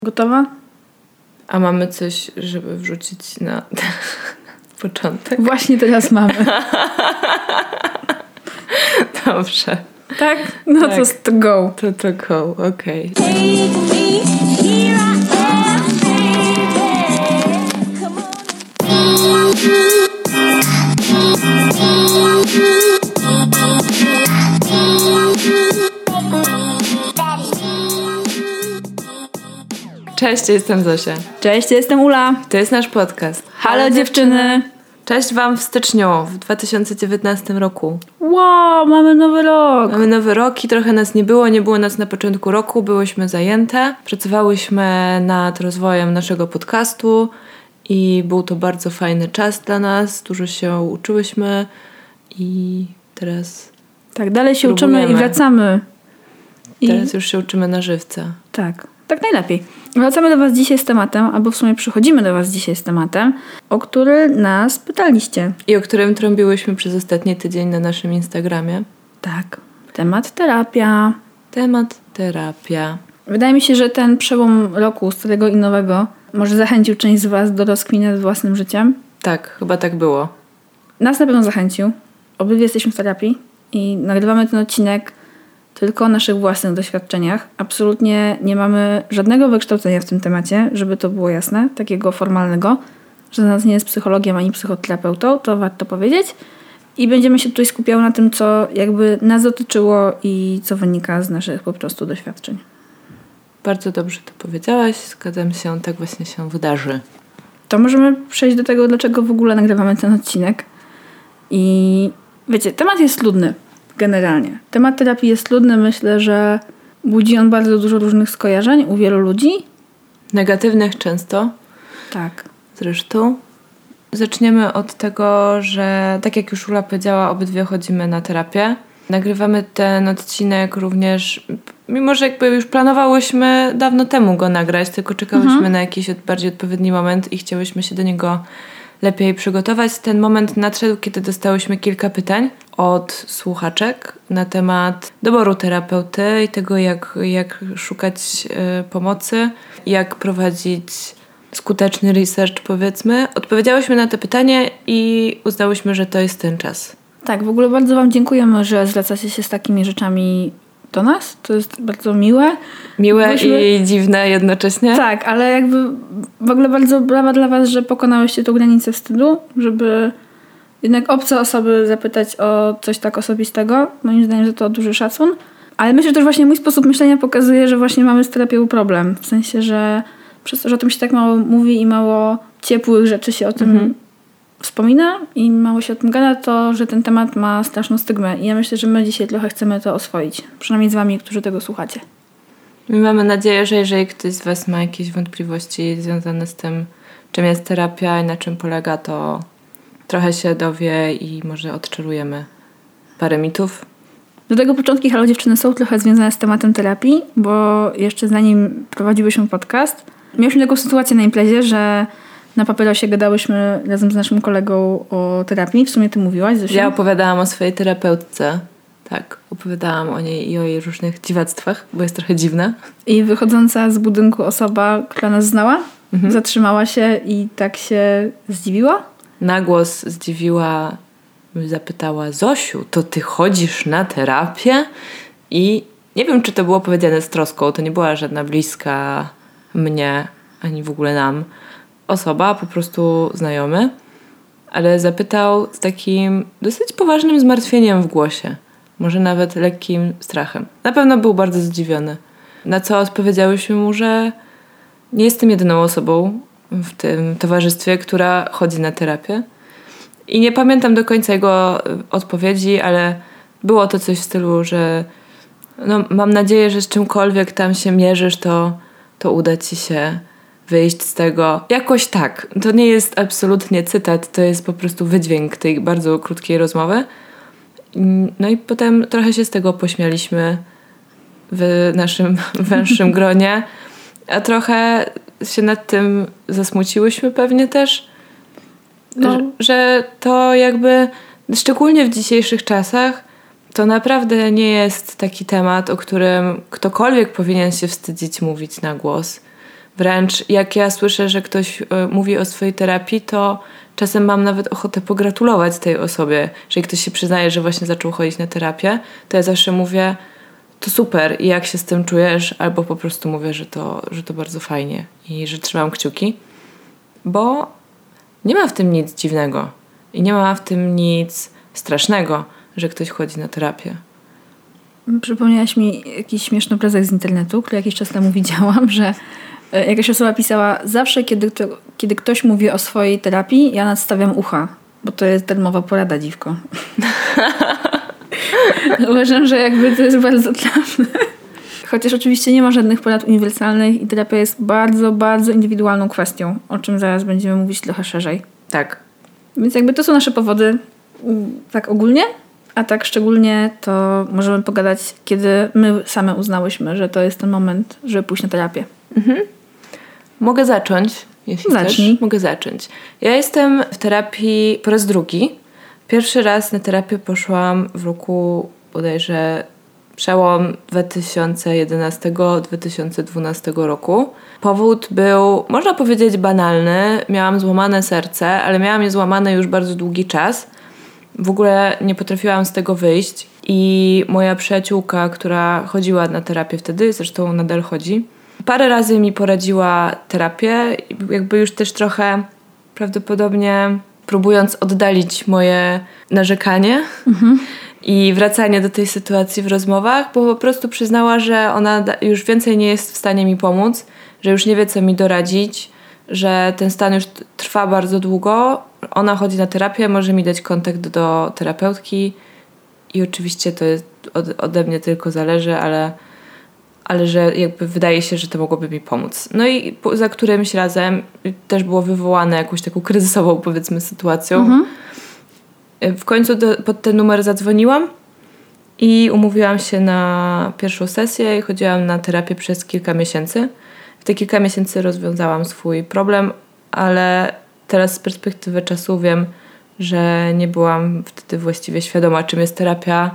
Gotowa? A mamy coś, żeby wrzucić na początek? Właśnie teraz mamy. Dobrze. Tak? No tak. to go. To go, okej. Cześć, jestem Zosia. Cześć, jestem Ula. To jest nasz podcast. Halo dziewczyny. Cześć Wam w styczniu, w 2019 roku. Wow, mamy nowy rok. Mamy nowy rok i trochę nas nie było nas na początku roku, byłyśmy zajęte. Pracowałyśmy nad rozwojem naszego podcastu i był to bardzo fajny czas dla nas. Dużo się uczyłyśmy i teraz tak, dalej się próbujemy. uczymy i wracamy. Teraz już się uczymy na żywca. Tak najlepiej. Wracamy do Was dzisiaj z tematem, albo w sumie przychodzimy do Was dzisiaj z tematem, o który nas pytaliście. I o którym trąbiłyśmy przez ostatni tydzień na naszym Instagramie. Tak. Temat terapia. Wydaje mi się, że ten przełom roku starego i nowego może zachęcił część z Was do rozkminy nad własnym życiem. Tak, chyba tak było. Nas na pewno zachęcił. Obydwie jesteśmy w terapii i nagrywamy ten odcinek tylko o naszych własnych doświadczeniach. Absolutnie nie mamy żadnego wykształcenia w tym temacie, żeby to było jasne, takiego formalnego, że nas nie jest psychologiem ani psychoterapeutą, to warto powiedzieć. I będziemy się tutaj skupiały na tym, co jakby nas dotyczyło i co wynika z naszych po prostu doświadczeń. Bardzo dobrze to powiedziałaś, zgadzam się, tak właśnie się wydarzy. To możemy przejść do tego, dlaczego w ogóle nagrywamy ten odcinek. I wiecie, temat jest trudny. Generalnie. Temat terapii jest trudny. Myślę, że budzi on bardzo dużo różnych skojarzeń u wielu ludzi. Negatywnych często. Tak. Zresztą. Zaczniemy od tego, że tak jak już Ula powiedziała, obydwie chodzimy na terapię. Nagrywamy ten odcinek również, mimo że jakby już planowałyśmy dawno temu go nagrać, tylko czekałyśmy na jakiś bardziej odpowiedni moment i chciałyśmy się do niego lepiej przygotować. Ten moment nadszedł, kiedy dostałyśmy kilka pytań od słuchaczek na temat doboru terapeuty i tego, jak szukać pomocy, jak prowadzić skuteczny research, powiedzmy. Odpowiedziałyśmy na to pytanie i uznałyśmy, że to jest ten czas. Tak, w ogóle bardzo Wam dziękujemy, że zwracacie się z takimi rzeczami do nas. To jest bardzo miłe. I dziwne jednocześnie. Tak, ale jakby w ogóle bardzo brawa dla Was, że pokonałyście tą granicę wstydu, żeby jednak obce osoby zapytać o coś tak osobistego. Moim zdaniem, że to duży szacun. Ale myślę, że też właśnie mój sposób myślenia pokazuje, że właśnie mamy z terapią problem. W sensie, że przez to, że o tym się tak mało mówi i mało ciepłych rzeczy się o tym wspomina i mało się o tym gada, to że ten temat ma straszną stygmę. I ja myślę, że my dzisiaj trochę chcemy to oswoić. Przynajmniej z Wami, którzy tego słuchacie. My mamy nadzieję, że jeżeli ktoś z Was ma jakieś wątpliwości związane z tym, czym jest terapia i na czym polega, to trochę się dowie i może odczarujemy parę mitów. Do tego początki Halo Dziewczyny są trochę związane z tematem terapii, bo jeszcze zanim prowadziłyśmy podcast, mieliśmy taką sytuację na imprezie, że na papierosie gadałyśmy razem z naszym kolegą o terapii. W sumie Ty mówiłaś, Zosia? Ja opowiadałam o swojej terapeutce. Tak, opowiadałam o niej i o jej różnych dziwactwach, bo jest trochę dziwna. I wychodząca z budynku osoba, która nas znała, zatrzymała się i tak się zdziwiła. Na głos zdziwiła, zapytała: Zosiu, to ty chodzisz na terapię? I nie wiem, czy to było powiedziane z troską, to nie była żadna bliska mnie, ani w ogóle nam osoba, po prostu znajomy, ale zapytał z takim dosyć poważnym zmartwieniem w głosie. Może nawet lekkim strachem. Na pewno był bardzo zdziwiony. Na co odpowiedziałyśmy mu, że nie jestem jedyną osobą w tym towarzystwie, która chodzi na terapię. I nie pamiętam do końca jego odpowiedzi, ale było to coś w stylu, że mam nadzieję, że z czymkolwiek tam się mierzysz, to uda ci się wyjść z tego. Jakoś tak. To nie jest absolutnie cytat, to jest po prostu wydźwięk tej bardzo krótkiej rozmowy. No i potem trochę się z tego pośmialiśmy w naszym węższym gronie, a trochę się nad tym zasmuciłyśmy pewnie też, że to jakby szczególnie w dzisiejszych czasach to naprawdę nie jest taki temat, o którym ktokolwiek powinien się wstydzić mówić na głos. Wręcz jak ja słyszę, że ktoś mówi o swojej terapii, to czasem mam nawet ochotę pogratulować tej osobie. Jeżeli ktoś się przyznaje, że właśnie zaczął chodzić na terapię, to ja zawsze mówię, to super i jak się z tym czujesz, albo po prostu mówię, że to bardzo fajnie i że trzymam kciuki, bo nie ma w tym nic dziwnego i nie ma w tym nic strasznego, że ktoś chodzi na terapię. Przypomniałaś mi jakiś śmieszny obrazek z internetu, który jakiś czas temu widziałam, że jakaś osoba pisała, zawsze kiedy ktoś mówi o swojej terapii, ja nadstawiam ucha, bo to jest darmowa porada, dziwko. Uważam, że jakby to jest bardzo trafne. Chociaż oczywiście nie ma żadnych porad uniwersalnych i terapia jest bardzo, bardzo indywidualną kwestią, o czym zaraz będziemy mówić trochę szerzej. Tak. Więc jakby to są nasze powody tak ogólnie, a tak szczególnie to możemy pogadać, kiedy my same uznałyśmy, że to jest ten moment, żeby pójść na terapię. Mogę zacząć, jeśli Zacznij. chcesz. Mogę zacząć. Ja jestem w terapii po raz drugi. Pierwszy raz na terapię poszłam w roku bodajże przełom 2011-2012 roku. Powód był, można powiedzieć, banalny. Miałam złamane serce, ale miałam je złamane już bardzo długi czas. W ogóle nie potrafiłam z tego wyjść i moja przyjaciółka, która chodziła na terapię wtedy, zresztą nadal chodzi, parę razy mi poradziła terapię, jakby już też trochę prawdopodobnie próbując oddalić moje narzekanie i wracanie do tej sytuacji w rozmowach, bo po prostu przyznała, że ona już więcej nie jest w stanie mi pomóc, że już nie wie, co mi doradzić, że ten stan już trwa bardzo długo. Ona chodzi na terapię, może mi dać kontakt do terapeutki i oczywiście to jest ode mnie tylko zależy, ale że jakby wydaje się, że to mogłoby mi pomóc. No i za którymś razem też było wywołane jakąś taką kryzysową, powiedzmy, sytuacją. W końcu pod ten numer zadzwoniłam i umówiłam się na pierwszą sesję i chodziłam na terapię przez kilka miesięcy. W te kilka miesięcy rozwiązałam swój problem, ale teraz z perspektywy czasu wiem, że nie byłam wtedy właściwie świadoma, czym jest terapia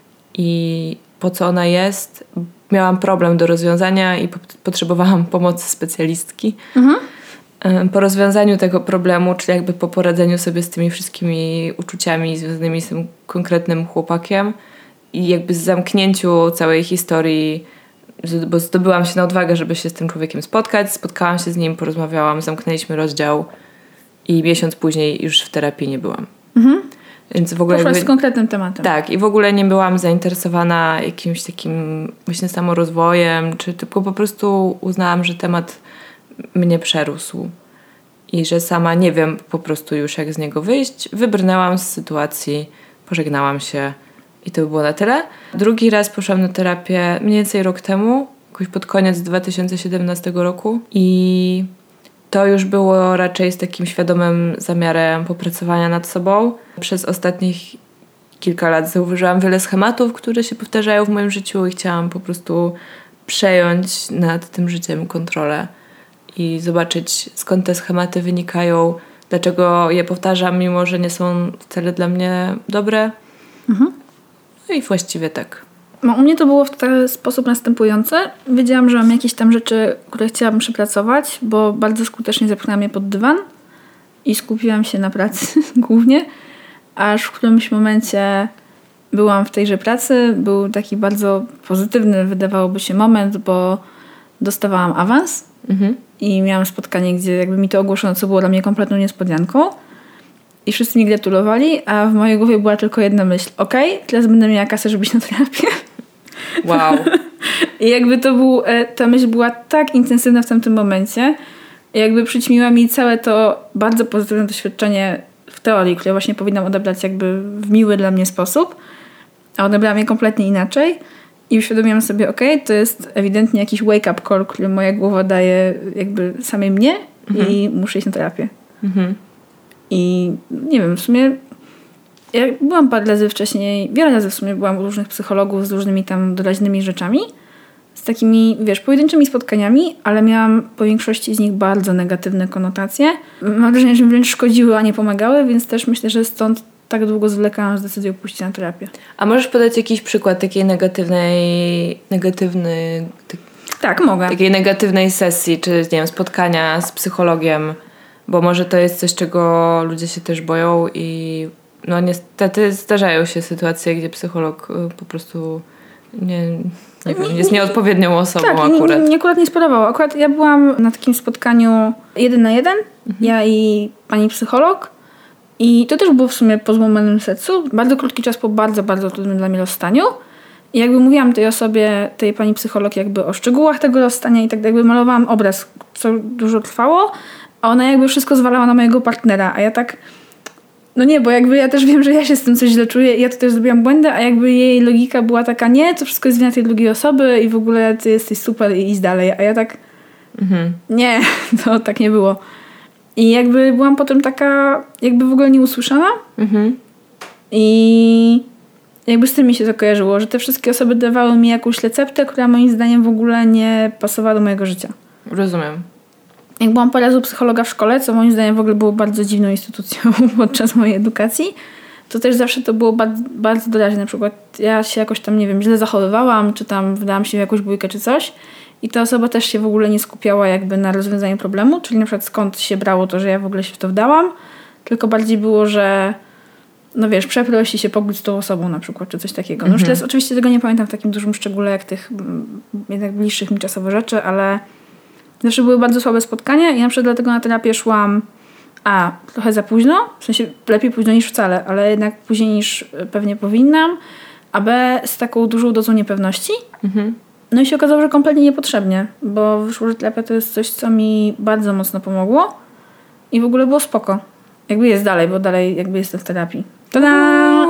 i po co ona jest. Miałam problem do rozwiązania i potrzebowałam pomocy specjalistki. Po rozwiązaniu tego problemu, czyli jakby po poradzeniu sobie z tymi wszystkimi uczuciami związanymi z tym konkretnym chłopakiem i jakby z zamknięciu całej historii, bo zdobyłam się na odwagę, żeby się z tym człowiekiem spotkać. Spotkałam się z nim, porozmawiałam, zamknęliśmy rozdział i miesiąc później już w terapii nie byłam. Więc w ogóle poszłaś z konkretnym tematem. Tak, i w ogóle nie byłam zainteresowana jakimś takim właśnie samorozwojem, czy tylko po prostu uznałam, że temat mnie przerósł i że sama nie wiem po prostu już jak z niego wyjść. Wybrnęłam z sytuacji, pożegnałam się i to by było na tyle. Drugi raz poszłam na terapię mniej więcej rok temu, jakoś pod koniec 2017 roku i to już było raczej z takim świadomym zamiarem popracowania nad sobą. Przez ostatnich kilka lat zauważyłam wiele schematów, które się powtarzają w moim życiu i chciałam po prostu przejąć nad tym życiem kontrolę i zobaczyć, skąd te schematy wynikają, dlaczego je powtarzam, mimo że nie są wcale dla mnie dobre. No i właściwie tak. No, u mnie to było w ten sposób następujący. Wiedziałam, że mam jakieś tam rzeczy, które chciałabym przepracować, bo bardzo skutecznie zepchnęłam je pod dywan i skupiłam się na pracy głównie, aż w którymś momencie byłam w tejże pracy. Był taki bardzo pozytywny, wydawałoby się, moment, bo dostawałam awans i miałam spotkanie, gdzie jakby mi to ogłoszono, co było dla mnie kompletną niespodzianką. I wszyscy mi gratulowali, a w mojej głowie była tylko jedna myśl. Okej, teraz będę miała kasę, żeby iść na terapię. Wow. I jakby ta myśl była tak intensywna w tamtym momencie, jakby przyćmiła mi całe to bardzo pozytywne doświadczenie w teorii, które właśnie powinnam odebrać jakby w miły dla mnie sposób, a odebrałam je kompletnie inaczej i uświadomiłam sobie, to jest ewidentnie jakiś wake-up call, który moja głowa daje jakby samej mnie i muszę iść na terapię. I nie wiem, w sumie ja byłam parę razy wcześniej, wiele razy w sumie byłam u różnych psychologów z różnymi tam doraźnymi rzeczami, z takimi, pojedynczymi spotkaniami, ale miałam po większości z nich bardzo negatywne konotacje. Mam wrażenie, że mi wręcz szkodziły, a nie pomagały, więc też myślę, że stąd tak długo zwlekałam z decyzją pójścia na terapię. A możesz podać jakiś przykład takiej Tak, mogę. Takiej negatywnej sesji, czy nie wiem, spotkania z psychologiem, bo może to jest coś, czego ludzie się też boją i no niestety zdarzają się sytuacje, gdzie psycholog po prostu nie wiem, jest nieodpowiednią osobą akurat. Mnie akurat nie spodobało. Akurat ja byłam na takim spotkaniu 1 na 1, ja i pani psycholog. I to też było w sumie po złamanym sercu. Bardzo krótki czas po bardzo, bardzo trudnym dla mnie rozstaniu. I jakby mówiłam tej osobie, tej pani psycholog jakby o szczegółach tego rozstania i tak jakby malowałam obraz, co dużo trwało, a ona jakby wszystko zwalała na mojego partnera, a ja tak... No nie, bo jakby ja też wiem, że ja się z tym coś źle czuję i ja tu też zrobiłam błędy, a jakby jej logika była taka, nie, to wszystko jest wina tej drugiej osoby i w ogóle ty jesteś super i idź dalej. A ja tak, nie, to tak nie było. I jakby byłam potem taka, jakby w ogóle nieusłyszana. I jakby z tym mi się to kojarzyło, że te wszystkie osoby dawały mi jakąś receptę, która moim zdaniem w ogóle nie pasowała do mojego życia. Rozumiem. Jak byłam parę razy u psychologa w szkole, co moim zdaniem w ogóle było bardzo dziwną instytucją podczas mojej edukacji, to też zawsze to było bardzo, bardzo doraźne. Na przykład ja się jakoś tam, nie wiem, źle zachowywałam, czy tam wdałam się w jakąś bójkę, czy coś i ta osoba też się w ogóle nie skupiała jakby na rozwiązaniu problemu, czyli na przykład skąd się brało to, że ja w ogóle się w to wdałam, tylko bardziej było, że no wiesz, przeprosi się pogódź z tą osobą na przykład, czy coś takiego. No już teraz oczywiście tego nie pamiętam w takim dużym szczególe, jak tych jednak bliższych mi czasowo rzeczy, ale zawsze były bardzo słabe spotkania i na przykład dlatego na terapię szłam trochę za późno, w sensie lepiej późno niż wcale, ale jednak później niż pewnie powinnam, a B z taką dużą dozą niepewności. No i się okazało, że kompletnie niepotrzebnie, bo wyszło, że terapia to jest coś, co mi bardzo mocno pomogło i w ogóle było spoko. Jakby jest dalej, bo dalej jakby jestem w terapii. Tada!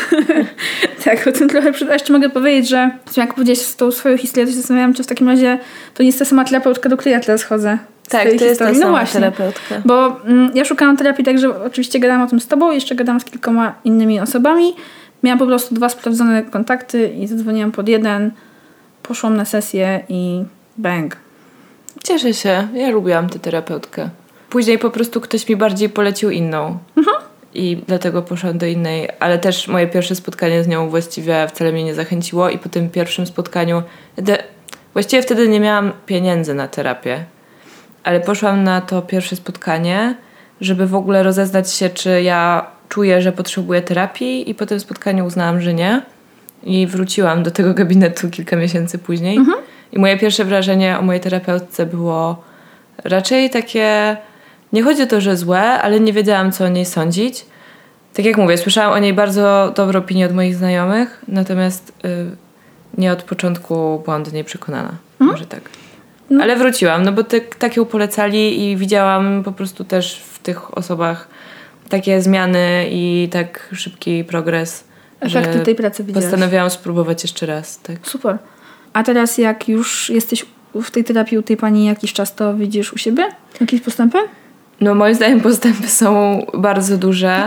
Tak, o tym trochę jeszcze mogę powiedzieć, że jak powiedziałeś z tą swoją historię, to się zastanawiałam, czy w takim razie to nie jest ta sama terapeutka, do której ja teraz chodzę. Tak, to jest ta sama terapeutka. Bo ja szukałam terapii tak, że oczywiście gadałam o tym z tobą, jeszcze gadałam z kilkoma innymi osobami. Miałam po prostu 2 sprawdzone kontakty i zadzwoniłam pod jeden, poszłam na sesję i bang. Cieszę się, ja lubiłam tę terapeutkę. Później po prostu ktoś mi bardziej polecił inną. I dlatego poszłam do innej, ale też moje pierwsze spotkanie z nią właściwie wcale mnie nie zachęciło i po tym pierwszym spotkaniu właściwie wtedy nie miałam pieniędzy na terapię, ale poszłam na to pierwsze spotkanie, żeby w ogóle rozeznać się, czy ja czuję, że potrzebuję terapii i po tym spotkaniu uznałam, że nie i wróciłam do tego gabinetu kilka miesięcy później i moje pierwsze wrażenie o mojej terapeutce było raczej takie... Nie chodzi o to, że złe, ale nie wiedziałam, co o niej sądzić. Tak jak mówię, słyszałam o niej bardzo dobre opinie od moich znajomych, natomiast nie od początku byłam do niej przekonana. Może tak. Ale wróciłam, no bo tak ją polecali i widziałam po prostu też w tych osobach takie zmiany i tak szybki progres, efekty tej pracy widziałaś. Postanowiłam spróbować jeszcze raz. Tak. Super. A teraz jak już jesteś w tej terapii u tej pani jakiś czas, to widzisz u siebie jakieś postępy? No moim zdaniem postępy są bardzo duże.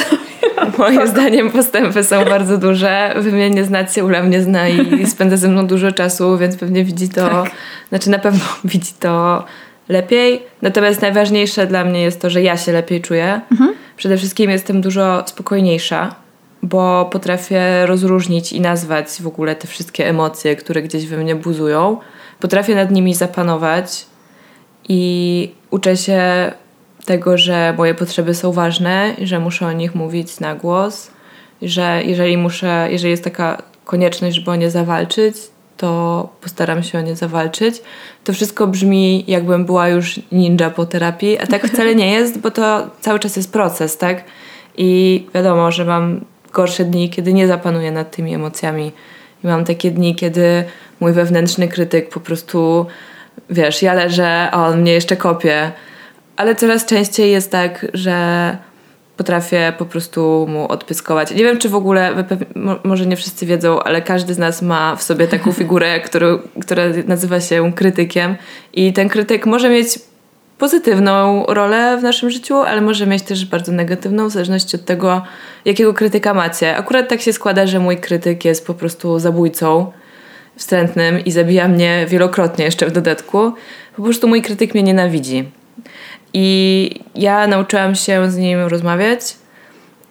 Moim zdaniem postępy są bardzo duże. Wy mnie nie znacie, Ula mnie zna i spędza ze mną dużo czasu, więc pewnie widzi to, znaczy na pewno widzi to lepiej. Natomiast najważniejsze dla mnie jest to, że ja się lepiej czuję. Przede wszystkim jestem dużo spokojniejsza, bo potrafię rozróżnić i nazwać w ogóle te wszystkie emocje, które gdzieś we mnie buzują. Potrafię nad nimi zapanować i uczę się tego, że moje potrzeby są ważne, że muszę o nich mówić na głos, że jeżeli jest taka konieczność, żeby o nie zawalczyć, to postaram się o nie zawalczyć. To wszystko brzmi, jakbym była już ninja po terapii, a tak wcale nie jest, bo to cały czas jest proces, tak? I wiadomo, że mam gorsze dni, kiedy nie zapanuję nad tymi emocjami. I mam takie dni, kiedy mój wewnętrzny krytyk po prostu, wiesz, ja leżę, a on mnie jeszcze kopie. Ale coraz częściej jest tak, że potrafię po prostu mu odpyskować. Nie wiem, czy w ogóle, może nie wszyscy wiedzą, ale każdy z nas ma w sobie taką figurę, która nazywa się krytykiem. I ten krytyk może mieć pozytywną rolę w naszym życiu, ale może mieć też bardzo negatywną, w zależności od tego, jakiego krytyka macie. Akurat tak się składa, że mój krytyk jest po prostu zabójcą wstrętnym i zabija mnie wielokrotnie jeszcze w dodatku. Po prostu mój krytyk mnie nienawidzi. I ja nauczyłam się z nim rozmawiać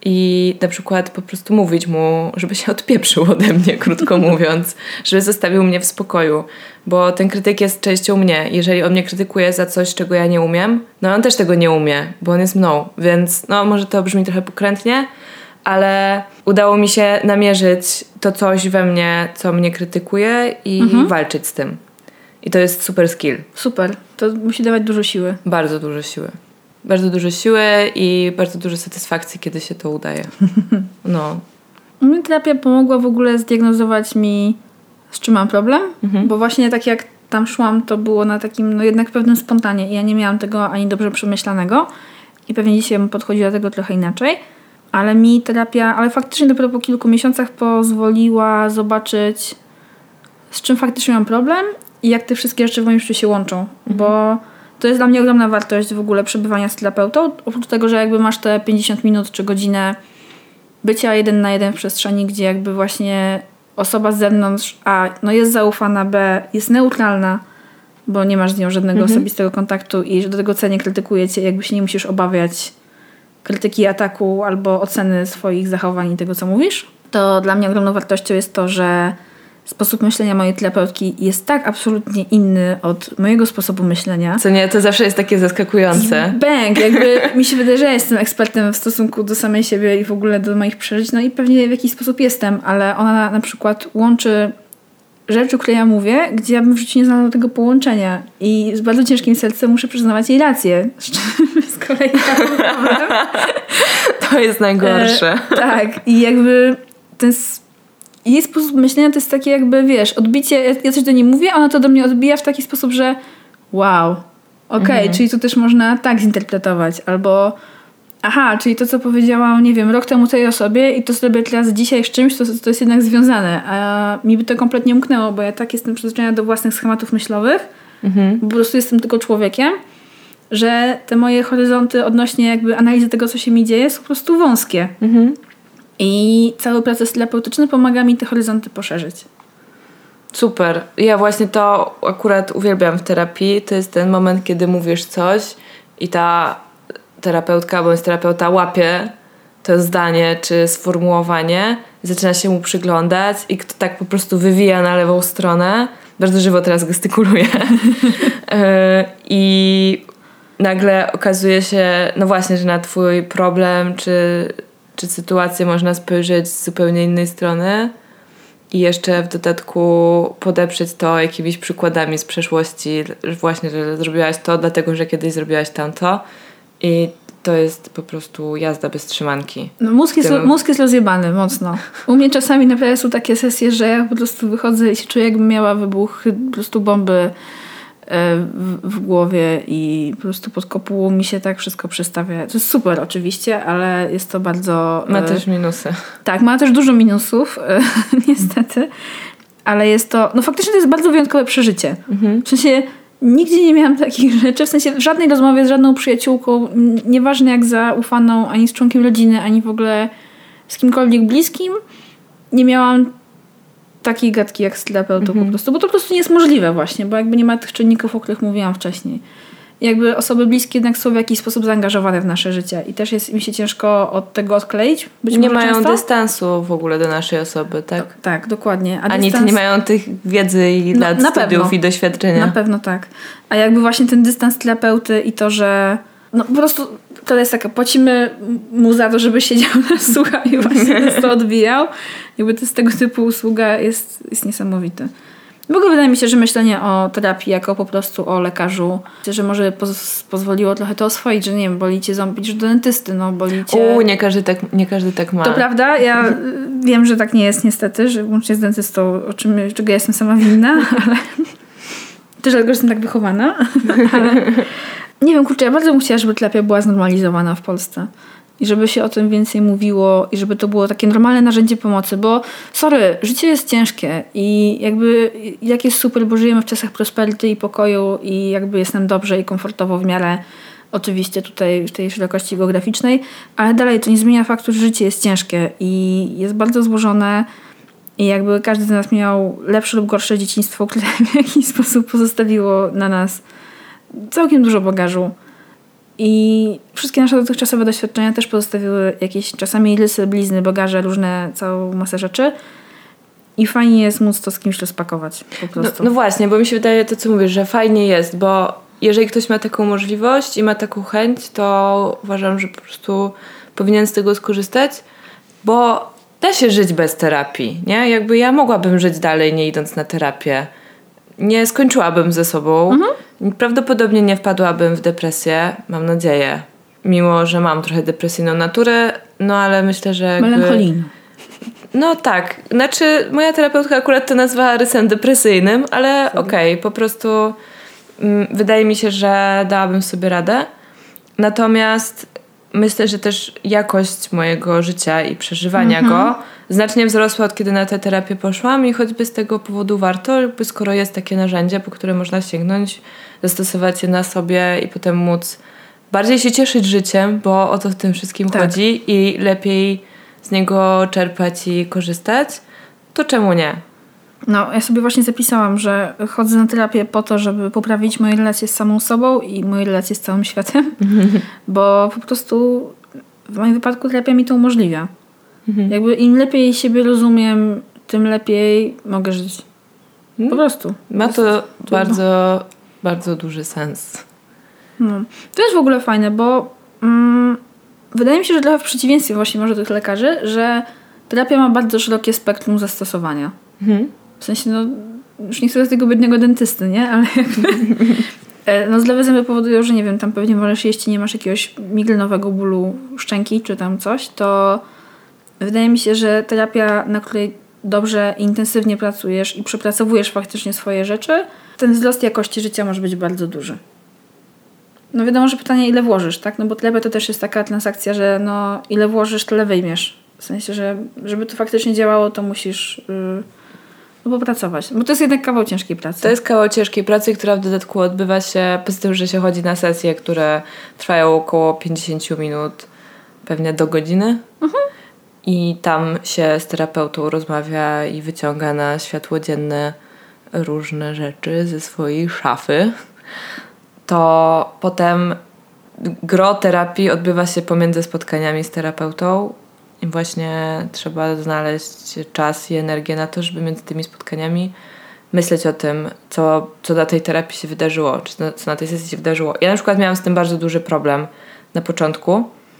i na przykład po prostu mówić mu, żeby się odpieprzył ode mnie, krótko mówiąc, żeby zostawił mnie w spokoju, bo ten krytyk jest częścią mnie. Jeżeli on mnie krytykuje za coś, czego ja nie umiem, no on też tego nie umie, bo on jest mną, więc no może to brzmi trochę pokrętnie, ale udało mi się namierzyć to coś we mnie, co mnie krytykuje i walczyć z tym. I to jest super skill. Super. To musi dawać dużo siły. Bardzo dużo siły. Bardzo dużo siły i bardzo dużo satysfakcji, kiedy się to udaje. No. Mnie terapia pomogła w ogóle zdiagnozować mi, z czym mam problem, bo właśnie tak jak tam szłam, to było na takim, no jednak pewnym spontanie i ja nie miałam tego ani dobrze przemyślanego i pewnie dzisiaj bym podchodziła do tego trochę inaczej, ale mi terapia, ale faktycznie dopiero po kilku miesiącach pozwoliła zobaczyć, z czym faktycznie mam problem i jak te wszystkie rzeczy w moim życiu się łączą, bo to jest dla mnie ogromna wartość w ogóle przebywania z terapeutą, oprócz tego, że jakby masz te 50 minut czy godzinę bycia 1 na 1 w przestrzeni, gdzie jakby właśnie osoba z zewnątrz A no jest zaufana, B jest neutralna, bo nie masz z nią żadnego osobistego kontaktu i do tego cenie krytykuje cię, jakby się nie musisz obawiać krytyki, ataku albo oceny swoich zachowań i tego, co mówisz. To dla mnie ogromną wartością jest to, że sposób myślenia mojej terapeutki jest tak absolutnie inny od mojego sposobu myślenia. Co nie, to zawsze jest takie zaskakujące. Bang! Jakby mi się wydaje, że ja jestem ekspertem w stosunku do samej siebie i w ogóle do moich przeżyć. No i pewnie w jakiś sposób jestem, ale ona na przykład łączy rzeczy, które ja mówię, gdzie ja bym w życiu nie znalazła tego połączenia. I z bardzo ciężkim sercem muszę przyznawać jej rację. Z czym z kolei mam problem. To jest najgorsze. Tak. I jakby ten jej sposób myślenia to jest takie jakby, wiesz, odbicie, ja coś do niej mówię, ona to do mnie odbija w taki sposób, że wow, okej, czyli to też można tak zinterpretować, albo aha, czyli to, co powiedziałam, nie wiem, rok temu tej osobie i to zrobię teraz dzisiaj z czymś, to jest jednak związane, a mi by to kompletnie umknęło, bo ja tak jestem przyzwyczajona do własnych schematów myślowych, bo po prostu jestem tylko człowiekiem, że te moje horyzonty odnośnie jakby analizy tego, co się mi dzieje, są po prostu wąskie. I cały proces terapeutyczny pomaga mi te horyzonty poszerzyć. Super. Ja właśnie to akurat uwielbiam w terapii. To jest ten moment, kiedy mówisz coś i ta terapeutka bądź terapeuta łapie to zdanie czy sformułowanie, zaczyna się mu przyglądać i kto tak po prostu wywija na lewą stronę. Bardzo żywo teraz gestykuluję. I nagle okazuje się, no właśnie, że na twój problem czy sytuację można spojrzeć z zupełnie innej strony i jeszcze w dodatku podeprzeć to jakimiś przykładami z przeszłości, właśnie, że zrobiłaś to dlatego, że kiedyś zrobiłaś tamto i to jest po prostu jazda bez trzymanki. No, mózg jest rozjebany mocno. U mnie czasami naprawdę są takie sesje, że ja po prostu wychodzę i się czuję, jakbym miała wybuch po prostu bomby w głowie i po prostu pod kopułą mi się tak wszystko przestawia. To jest super oczywiście, ale jest to bardzo... Ma też minusy. Tak, ma też dużo minusów, niestety, ale jest to... No faktycznie to jest bardzo wyjątkowe przeżycie. W sensie nigdzie nie miałam takich rzeczy, w sensie w żadnej rozmowie z żadną przyjaciółką, nieważne jak zaufaną, ani z członkiem rodziny, ani w ogóle z kimkolwiek bliskim, nie miałam takiej gadki jak z terapeutą po prostu, bo to po prostu nie jest możliwe właśnie, bo jakby nie ma tych czynników, o których mówiłam wcześniej. Jakby osoby bliskie jednak są w jakiś sposób zaangażowane w nasze życie i też jest mi się ciężko od tego odkleić. Nie mają dystansu w ogóle do naszej osoby, tak? Tak, dokładnie. Ani nie mają tych wiedzy i lat studiów i doświadczenia. Na pewno tak. A jakby właśnie ten dystans terapeuty i to, że no po prostu to jest taka, płacimy mu za to, żeby siedział nas, słuchał i właśnie nas to odbijał. Jakby to z tego typu usługa jest niesamowita. W ogóle wydaje mi się, że myślenie o terapii jako po prostu o lekarzu, że może pozwoliło trochę to oswoić, że nie wiem, boli cię ząb, idziesz do dentysty, no boli cię... Nie każdy tak ma. To prawda, ja wiem, że tak nie jest niestety, że łącznie z dentystą, czego ja jestem sama winna, ale też dlatego, że jestem tak wychowana, ale nie wiem, kurczę, ja bardzo bym chciała, żeby terapia była znormalizowana w Polsce. I żeby się o tym więcej mówiło i żeby to było takie normalne narzędzie pomocy, bo sorry, życie jest ciężkie i jakby jak jest super, bo żyjemy w czasach prosperity i pokoju i jakby jest nam dobrze i komfortowo w miarę oczywiście tutaj w tej szerokości geograficznej, ale dalej to nie zmienia faktu, że życie jest ciężkie i jest bardzo złożone i jakby każdy z nas miał lepsze lub gorsze dzieciństwo, które w jakiś sposób pozostawiło na nas całkiem dużo bagażu. I wszystkie nasze dotychczasowe doświadczenia też pozostawiły jakieś czasami rysy, blizny, bagaże, różne, całą masę rzeczy. I fajnie jest móc to z kimś rozpakować po prostu. No właśnie, bo mi się wydaje to, co mówisz, że fajnie jest, bo jeżeli ktoś ma taką możliwość i ma taką chęć, to uważam, że po prostu powinien z tego skorzystać, bo da się żyć bez terapii, nie? Jakby ja mogłabym żyć dalej, nie idąc na terapię. Nie skończyłabym ze sobą. Prawdopodobnie nie wpadłabym w depresję, mam nadzieję. Mimo, że mam trochę depresyjną naturę, no ale myślę, że jakby... Melancholijną. No tak, znaczy moja terapeutka akurat to nazwała rysem depresyjnym, ale okej, po prostu wydaje mi się, że dałabym sobie radę. Natomiast myślę, że też jakość mojego życia i przeżywania go znacznie wzrosła od kiedy na tę terapię poszłam i choćby z tego powodu warto, jakby skoro jest takie narzędzie, po które można sięgnąć, zastosować je na sobie i potem móc bardziej się cieszyć życiem, bo o to w tym wszystkim chodzi i lepiej z niego czerpać i korzystać, to czemu nie? No, ja sobie właśnie zapisałam, że chodzę na terapię po to, żeby poprawić moje relacje z samą sobą i moje relacje z całym światem, bo po prostu w moim wypadku terapia mi to umożliwia. Jakby im lepiej siebie rozumiem, tym lepiej mogę żyć. Po prostu. Ma to bardzo, bardzo duży sens. No. To jest w ogóle fajne, bo wydaje mi się, że trochę w przeciwieństwie właśnie może do tych lekarzy, że terapia ma bardzo szerokie spektrum zastosowania. W sensie, no, już nie chcę z tego biednego dentysty, nie? Ale no zdrowe zęby powodują, że nie wiem, tam pewnie możesz jeść i nie masz jakiegoś migrenowego bólu szczęki czy tam coś, to wydaje mi się, że terapia, na której dobrze i intensywnie pracujesz i przepracowujesz faktycznie swoje rzeczy, ten wzrost jakości życia może być bardzo duży. No wiadomo, że pytanie, ile włożysz, tak? No bo terapia to też jest taka transakcja, że no ile włożysz, tyle wyjmiesz. W sensie, że żeby to faktycznie działało, to musisz popracować. Bo to jest jednak kawał ciężkiej pracy. To jest kawał ciężkiej pracy, która w dodatku odbywa się, poza tym, że się chodzi na sesje, które trwają około 50 minut, pewnie do godziny. I tam się z terapeutą rozmawia i wyciąga na światło dzienne różne rzeczy ze swojej szafy. To potem gro terapii odbywa się pomiędzy spotkaniami z terapeutą i właśnie trzeba znaleźć czas i energię na to, żeby między tymi spotkaniami myśleć o tym, co na tej terapii się wydarzyło, czy co na tej sesji się wydarzyło. Ja na przykład miałam z tym bardzo duży problem na początku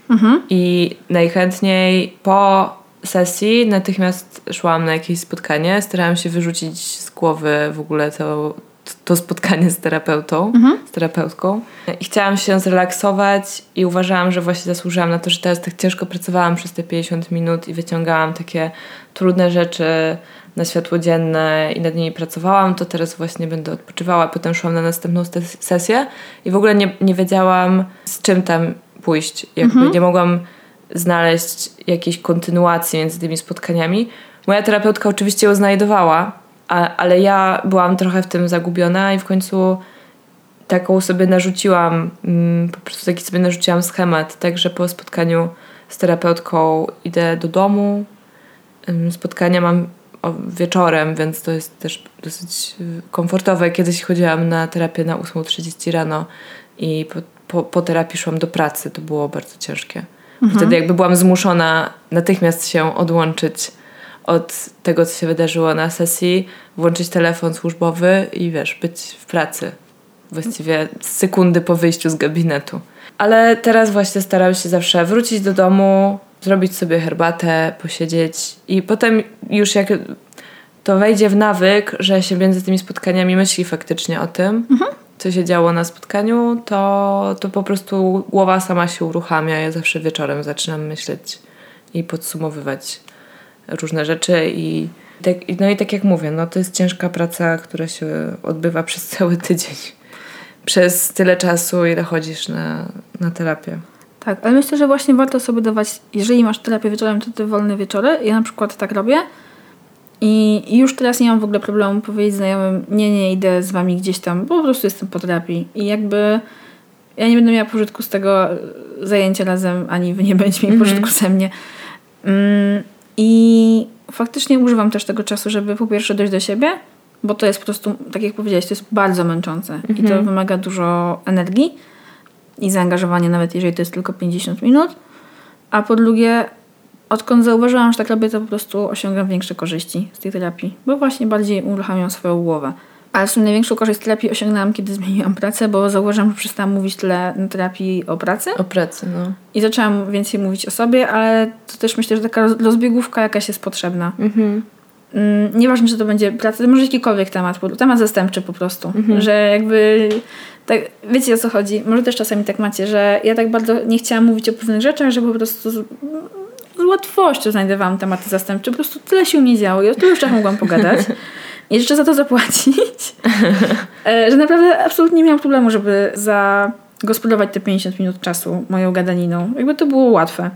i najchętniej po sesji natychmiast szłam na jakieś spotkanie, starałam się wyrzucić z głowy w ogóle to spotkanie z terapeutą, z terapeutką. I chciałam się zrelaksować i uważałam, że właśnie zasłużyłam na to, że teraz tak ciężko pracowałam przez te 50 minut i wyciągałam takie trudne rzeczy na światło dzienne i nad nimi pracowałam, to teraz właśnie będę odpoczywała. Potem szłam na następną sesję i w ogóle nie wiedziałam, z czym tam pójść. Jakby nie mogłam znaleźć jakiejś kontynuacji między tymi spotkaniami. Moja terapeutka oczywiście ją znajdowała, ale ja byłam trochę w tym zagubiona i w końcu taką sobie narzuciłam, po prostu taki sobie narzuciłam schemat, tak, że po spotkaniu z terapeutką idę do domu, spotkania mam wieczorem, więc to jest też dosyć komfortowe. Kiedyś chodziłam na terapię na 8:30 rano i po terapii szłam do pracy. To było bardzo ciężkie. Wtedy jakby byłam zmuszona natychmiast się odłączyć od tego, co się wydarzyło na sesji, włączyć telefon służbowy i być w pracy. Właściwie sekundy po wyjściu z gabinetu. Ale teraz właśnie staram się zawsze wrócić do domu, zrobić sobie herbatę, posiedzieć i potem już jak to wejdzie w nawyk, że się między tymi spotkaniami myśli faktycznie o tym, co się działo na spotkaniu, to po prostu głowa sama się uruchamia. Ja zawsze wieczorem zaczynam myśleć i podsumowywać różne rzeczy i tak jak mówię, no to jest ciężka praca, która się odbywa przez cały tydzień. Przez tyle czasu, ile chodzisz na terapię. Tak, ale myślę, że właśnie warto sobie dawać, jeżeli masz terapię wieczorem, to ty wolne wieczory. Ja na przykład tak robię i już teraz nie mam w ogóle problemu powiedzieć znajomym, nie idę z wami gdzieś tam, bo po prostu jestem po terapii i jakby ja nie będę miała pożytku z tego zajęcia razem, ani wy nie będziecie mieli pożytku ze mnie. I faktycznie używam też tego czasu, żeby po pierwsze dojść do siebie, bo to jest po prostu, tak jak powiedziałeś, to jest bardzo męczące i to wymaga dużo energii. i zaangażowanie, nawet jeżeli to jest tylko 50 minut. A po drugie, odkąd zauważyłam, że tak robię, to po prostu osiągam większe korzyści z tej terapii, bo właśnie bardziej uruchamiam swoją głowę. Ale w sumie największą korzyść z terapii osiągnęłam, kiedy zmieniłam pracę, bo zauważyłam, że przestałam mówić tyle na terapii o pracy. O pracy, no. I zaczęłam więcej mówić o sobie, ale to też myślę, że taka rozbiegówka jakaś jest potrzebna. Nieważne, czy to będzie praca, może jakikolwiek temat zastępczy po prostu. Że jakby, tak, wiecie o co chodzi, może też czasami tak macie, że ja tak bardzo nie chciałam mówić o pewnych rzeczach, że po prostu z łatwością znajdowałam tematy zastępcze. Po prostu tyle się u mnie działo i o tylu rzeczach mogłam pogadać. I jeszcze za to zapłacić. Że naprawdę absolutnie nie miałam problemu, żeby zagospodarować te 50 minut czasu moją gadaniną. Jakby to było łatwe.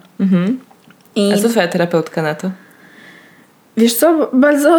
A co twoja terapeutka na to? Wiesz co?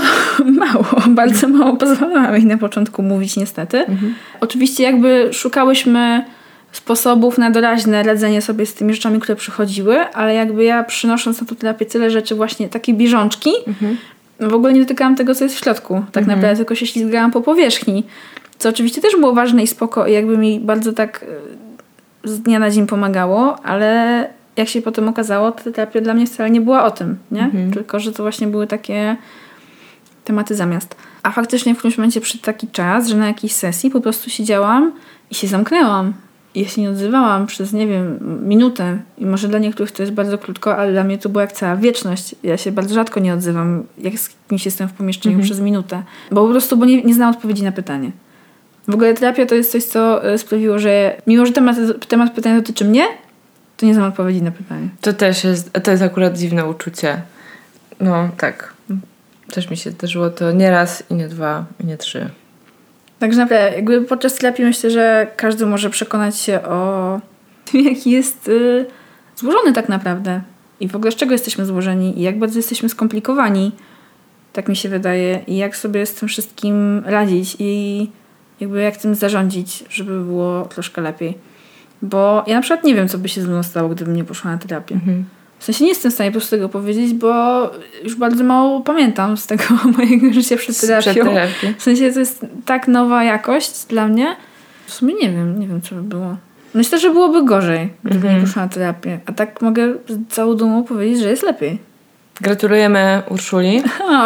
Bardzo mało pozwalałam jej na początku mówić niestety. Oczywiście jakby szukałyśmy sposobów na doraźne radzenie sobie z tymi rzeczami, które przychodziły, ale jakby ja przynosząc na tą terapię tyle rzeczy właśnie, takie bieżączki, w ogóle nie dotykałam tego, co jest w środku. Tak naprawdę tylko się ślizgałam po powierzchni. Co oczywiście też było ważne i spoko i jakby mi bardzo tak z dnia na dzień pomagało, ale jak się potem okazało, ta terapia dla mnie wcale nie była o tym, nie? Tylko, że to właśnie były takie tematy zamiast. A faktycznie w którymś momencie przyszedł taki czas, że na jakiejś sesji po prostu siedziałam i się zamknęłam. I ja się nie odzywałam przez, nie wiem, minutę. I może dla niektórych to jest bardzo krótko, ale dla mnie to była jak cała wieczność. Ja się bardzo rzadko nie odzywam, jak z kimś jestem w pomieszczeniu przez minutę. Bo po prostu nie znałam odpowiedzi na pytanie. W ogóle terapia to jest coś, co sprawiło, że mimo, że temat pytania dotyczy mnie, to nie znam odpowiedzi na pytanie. To jest akurat dziwne uczucie. No tak. Też mi się zdarzyło to nie raz i nie dwa i nie trzy. Także naprawdę, jakby podczas terapii myślę, że każdy może przekonać się o tym, jaki jest złożony tak naprawdę. I w ogóle z czego jesteśmy złożeni i jak bardzo jesteśmy skomplikowani. Tak mi się wydaje. I jak sobie z tym wszystkim radzić i jakby jak tym zarządzić, żeby było troszkę lepiej. Bo ja na przykład nie wiem, co by się ze mną stało, gdybym nie poszła na terapię. W sensie nie jestem w stanie po prostu tego powiedzieć, bo już bardzo mało pamiętam z tego mojego życia przed terapią. W sensie to jest tak nowa jakość dla mnie. W sumie nie wiem, co by było. Myślę, że byłoby gorzej, gdybym nie poszła na terapię. A tak mogę z całą dumą powiedzieć, że jest lepiej. Gratulujemy Urszuli.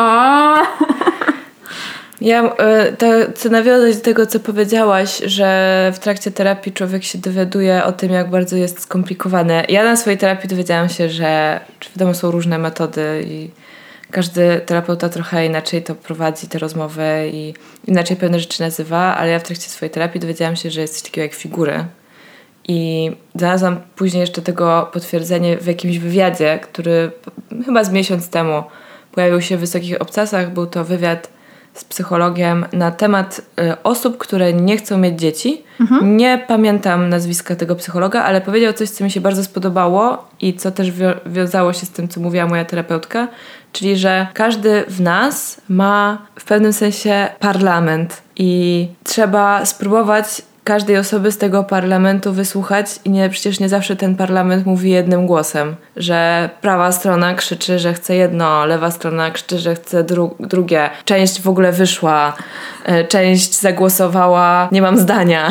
Ja chcę nawiązać do tego, co powiedziałaś, że w trakcie terapii człowiek się dowiaduje o tym, jak bardzo jest skomplikowane. Ja na swojej terapii dowiedziałam się, że wiadomo, są różne metody i każdy terapeuta trochę inaczej to prowadzi, te rozmowy i inaczej pewne rzeczy nazywa, ale ja w trakcie swojej terapii dowiedziałam się, że jest coś takiego jak figury. I znalazłam później jeszcze tego potwierdzenie w jakimś wywiadzie, który chyba z miesiąc temu pojawił się w Wysokich Obcasach. Był to wywiad z psychologiem na temat osób, które nie chcą mieć dzieci. Nie pamiętam nazwiska tego psychologa, ale powiedział coś, co mi się bardzo spodobało i co też wiązało się z tym, co mówiła moja terapeutka, czyli, że każdy w nas ma w pewnym sensie parlament i trzeba spróbować każdej osoby z tego parlamentu wysłuchać i przecież nie zawsze ten parlament mówi jednym głosem, że prawa strona krzyczy, że chce jedno, lewa strona krzyczy, że chce drugie. Część w ogóle wyszła, część zagłosowała, nie mam zdania.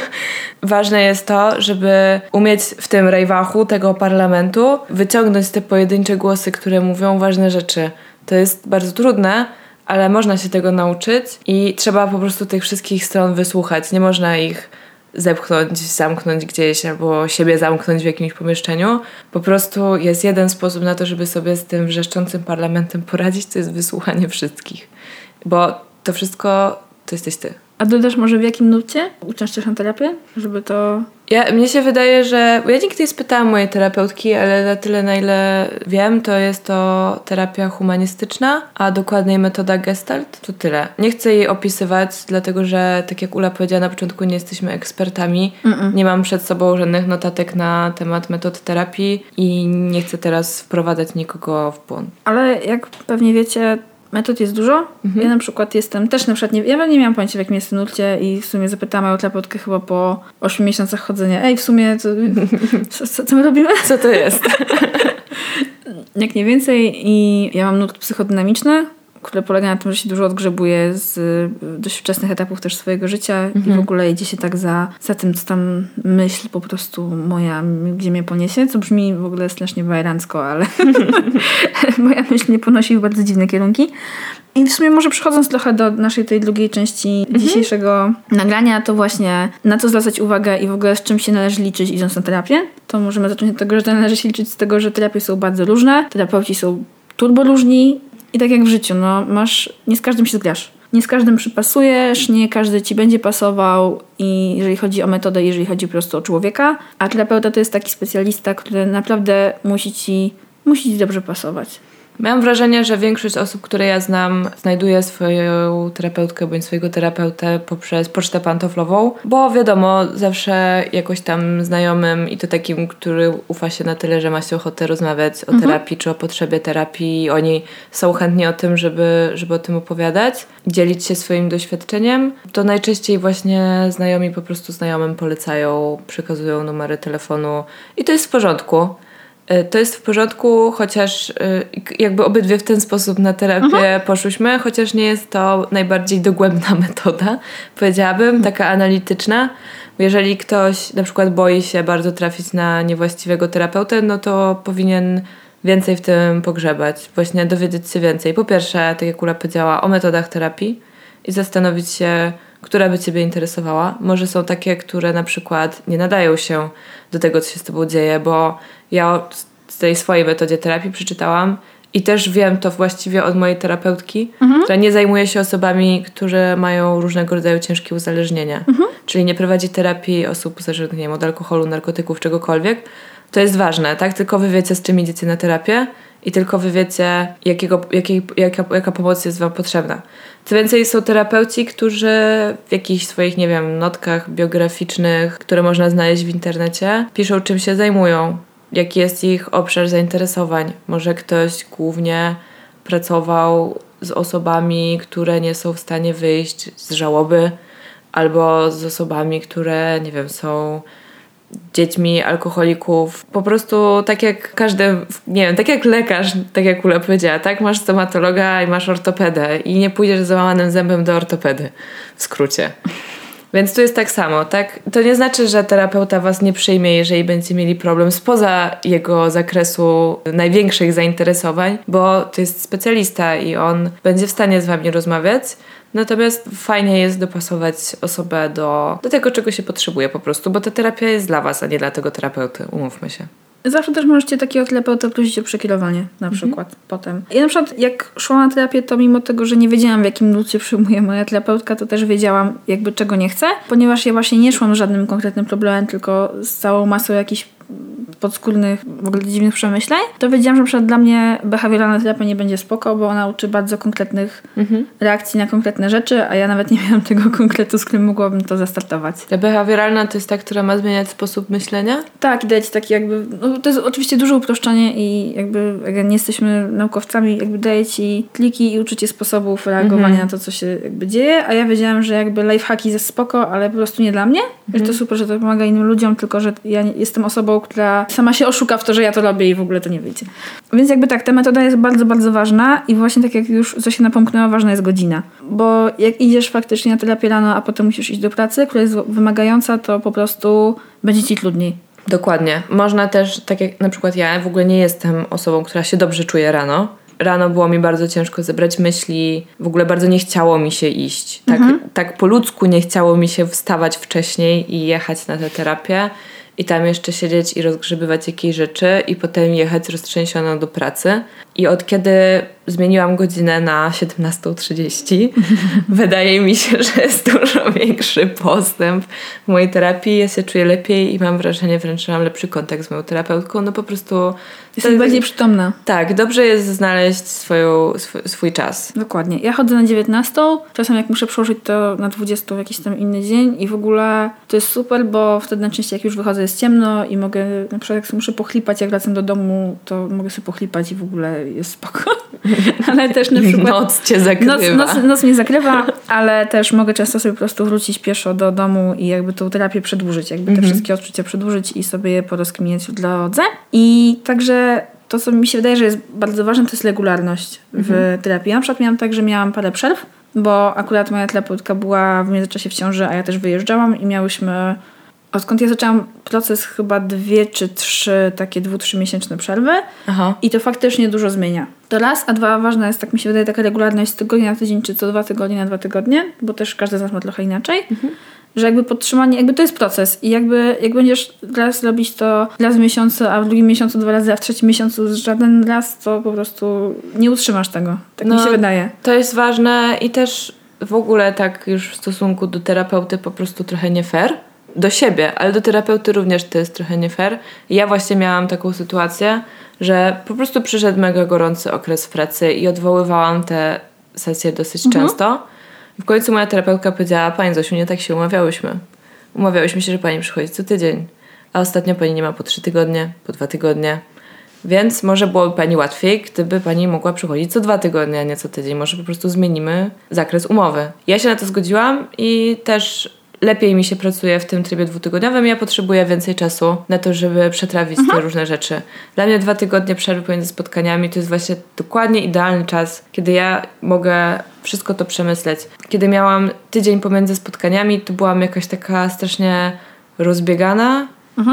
Ważne jest to, żeby umieć w tym rejwachu tego parlamentu wyciągnąć te pojedyncze głosy, które mówią ważne rzeczy. To jest bardzo trudne, ale można się tego nauczyć i trzeba po prostu tych wszystkich stron wysłuchać. Nie można ich zepchnąć, zamknąć gdzieś albo siebie zamknąć w jakimś pomieszczeniu. Po prostu jest jeden sposób na to, żeby sobie z tym wrzeszczącym parlamentem poradzić, to jest wysłuchanie wszystkich. Bo to wszystko to jesteś ty. A dodasz może w jakim nurcie uczęszczasz na terapię? Żeby to... Mnie się wydaje, że... Ja nigdy nie spytałam mojej terapeutki, ale na tyle, na ile wiem, to jest to terapia humanistyczna, a dokładniej metoda Gestalt. To tyle. Nie chcę jej opisywać, dlatego że, tak jak Ula powiedziała na początku, nie jesteśmy ekspertami. Nie mam przed sobą żadnych notatek na temat metod terapii i nie chcę teraz wprowadzać nikogo w błąd. Ale jak pewnie wiecie, metod jest dużo. Ja na przykład jestem też ja nie miałam pojęcia, w jakim jestem nurcie i w sumie zapytałam moją terapeutkę chyba po 8 miesiącach chodzenia. W sumie to, co my robimy? Co to jest? Jak nie więcej. I ja mam nurt psychodynamiczny, które polega na tym, że się dużo odgrzebuje z dość wczesnych etapów też swojego życia i w ogóle idzie się tak za tym, co tam myśl po prostu moja, gdzie mnie poniesie, co brzmi w ogóle strasznie bajerancko, ale moja myśl mnie ponosi w bardzo dziwne kierunki. I w sumie może przechodząc trochę do naszej tej drugiej części dzisiejszego nagrania, to właśnie na co zwracać uwagę i w ogóle z czym się należy liczyć idąc na terapię, to możemy zacząć od tego, że należy się liczyć z tego, że terapie są bardzo różne, terapeuci są turbo różni i tak jak w życiu, nie z każdym się zgrasz. Nie z każdym przypasujesz, nie każdy ci będzie pasował i jeżeli chodzi o metodę, jeżeli chodzi po prostu o człowieka, a terapeuta to jest taki specjalista, który naprawdę musi ci dobrze pasować. Miałam wrażenie, że większość osób, które ja znam, znajduje swoją terapeutkę bądź swojego terapeutę poprzez pocztę pantoflową, bo wiadomo, zawsze jakoś tam znajomym i to takim, który ufa się na tyle, że ma się ochotę rozmawiać o terapii czy o potrzebie terapii. Oni są chętni o tym, żeby o tym opowiadać, dzielić się swoim doświadczeniem. To najczęściej właśnie znajomi po prostu znajomym polecają, przekazują numery telefonu i to jest w porządku. To jest w porządku, chociaż jakby obydwie w ten sposób na terapię poszłyśmy, chociaż nie jest to najbardziej dogłębna metoda, powiedziałabym, taka analityczna. Jeżeli ktoś na przykład boi się bardzo trafić na niewłaściwego terapeutę, no to powinien więcej w tym pogrzebać, właśnie dowiedzieć się więcej. Po pierwsze, tak jak Ula powiedziała, o metodach terapii i zastanowić się, która by Ciebie interesowała. Może są takie, które na przykład nie nadają się do tego, co się z Tobą dzieje, bo ja o tej swojej metodzie terapii przeczytałam i też wiem to właściwie od mojej terapeutki, która nie zajmuje się osobami, które mają różnego rodzaju ciężkie uzależnienia. Czyli nie prowadzi terapii osób uzależnionych od alkoholu, narkotyków, czegokolwiek. To jest ważne, tak? Tylko wy wiecie, z czym idziecie na terapię i tylko wy wiecie, jaka pomoc jest wam potrzebna. Co więcej, są terapeuci, którzy w jakichś swoich, nie wiem, notkach biograficznych, które można znaleźć w internecie, piszą, czym się zajmują, jaki jest ich obszar zainteresowań. Może ktoś głównie pracował z osobami, które nie są w stanie wyjść z żałoby, albo z osobami, które, nie wiem, są dziećmi alkoholików. Po prostu tak jak każdy, nie wiem, tak jak lekarz, tak jak Ula powiedziała, tak? Masz stomatologa i masz ortopedę i nie pójdziesz z załamanym zębem do ortopedy, w skrócie. Więc tu jest tak samo, tak? To nie znaczy, że terapeuta was nie przyjmie, jeżeli będziecie mieli problem spoza jego zakresu największych zainteresowań, bo to jest specjalista i on będzie w stanie z wami rozmawiać. Natomiast fajnie jest dopasować osobę do tego, czego się potrzebuje po prostu, bo ta terapia jest dla was, a nie dla tego terapeuty, umówmy się. Zawsze też możecie takiego terapeuta prosić o przekierowanie na przykład potem. Ja na przykład jak szłam na terapię, to mimo tego, że nie wiedziałam, w jakim nurcie przyjmuje moja terapeutka, to też wiedziałam jakby czego nie chcę, ponieważ ja właśnie nie szłam z żadnym konkretnym problemem, tylko z całą masą jakichś podskórnych, w ogóle dziwnych przemyśleń, to wiedziałam, że na przykład dla mnie behawioralna terapia nie będzie spoko, bo ona uczy bardzo konkretnych reakcji na konkretne rzeczy, a ja nawet nie miałam tego konkretu, z którym mogłabym to zastartować. Ta behawioralna to jest ta, która ma zmieniać sposób myślenia? Tak, i daje ci taki jakby, to jest oczywiście duże uproszczenie i jakby jak nie jesteśmy naukowcami, jakby daje ci triki i uczycie sposobów reagowania na to, co się jakby dzieje, a ja wiedziałam, że jakby lifehacki jest spoko, ale po prostu nie dla mnie, że to super, że to pomaga innym ludziom, tylko że ja jestem osobą, która sama się oszuka w to, że ja to robię i w ogóle to nie wyjdzie. Więc jakby tak, ta metoda jest bardzo, bardzo ważna i właśnie tak jak już Zosia napomknęła, ważna jest godzina. Bo jak idziesz faktycznie na terapię rano, a potem musisz iść do pracy, która jest wymagająca, to po prostu będzie ci trudniej. Dokładnie. Można też, tak jak na przykład ja w ogóle nie jestem osobą, która się dobrze czuje rano. Rano było mi bardzo ciężko zebrać myśli, w ogóle bardzo nie chciało mi się iść. Tak po ludzku nie chciało mi się wstawać wcześniej i jechać na tę terapię. I tam jeszcze siedzieć i rozgrzebywać jakieś rzeczy i potem jechać roztrzęsiona do pracy. I od kiedy zmieniłam godzinę na 17:30, wydaje mi się, że jest dużo większy postęp w mojej terapii. Ja się czuję lepiej i mam wrażenie, wręcz że mam lepszy kontakt z moją terapeutką. No po prostu... Jesteś bardziej przytomna. Tak, dobrze jest znaleźć swój czas. Dokładnie. Ja chodzę na 19:00, czasem jak muszę przełożyć to na 20:00 w jakiś tam inny dzień i w ogóle to jest super, bo wtedy najczęściej jak już wychodzę jest ciemno i mogę, na przykład jak sobie muszę pochlipać, jak wracam do domu, to mogę sobie pochlipać i w ogóle jest spoko. Ale też na przykład... Noc cię zakrywa. Noc mnie zakrywa, ale też mogę często sobie po prostu wrócić pieszo do domu i jakby tą terapię przedłużyć, jakby te wszystkie odczucia przedłużyć i sobie je porozkminiać w drodze. I także to, co mi się wydaje, że jest bardzo ważne, to jest regularność w terapii. Ja na przykład miałam tak, że miałam parę przerw, bo akurat moja terapeutka była w międzyczasie w ciąży, a ja też wyjeżdżałam i miałyśmy... Odkąd ja zaczęłam proces, chyba 2 czy 3 takie 2-3 miesięczne przerwy. Aha. I to faktycznie dużo zmienia. To raz, a dwa, ważna jest, tak mi się wydaje, taka regularność z tygodnia na tydzień, czy co 2 tygodnie na 2 tygodnie, bo też każdy z nas ma trochę inaczej. Że jakby podtrzymanie, jakby to jest proces i jakby jak będziesz raz robić to raz w miesiącu, a w drugim miesiącu 2 razy, a w trzecim miesiącu żaden raz, to po prostu nie utrzymasz tego. Tak mi się wydaje. To jest ważne i też w ogóle tak już w stosunku do terapeuty po prostu trochę nie fair. Do siebie, ale do terapeuty również to jest trochę nie fair. Ja właśnie miałam taką sytuację, że po prostu przyszedł mega gorący okres w pracy i odwoływałam te sesje dosyć często. I w końcu moja terapeutka powiedziała: Pani Zosiu, nie tak się umawiałyśmy. Umawiałyśmy się, że pani przychodzi co tydzień, a ostatnio pani nie ma po 3 tygodnie, po 2 tygodnie. Więc może byłoby pani łatwiej, gdyby pani mogła przychodzić co 2 tygodnie, a nie co tydzień. Może po prostu zmienimy zakres umowy. Ja się na to zgodziłam i też lepiej mi się pracuje w tym trybie 2-tygodniowym. Ja potrzebuję więcej czasu na to, żeby przetrawić te różne rzeczy. Dla mnie 2 tygodnie przerwy pomiędzy spotkaniami to jest właśnie dokładnie idealny czas, kiedy ja mogę wszystko to przemyśleć. Kiedy miałam tydzień pomiędzy spotkaniami, to byłam jakaś taka strasznie rozbiegana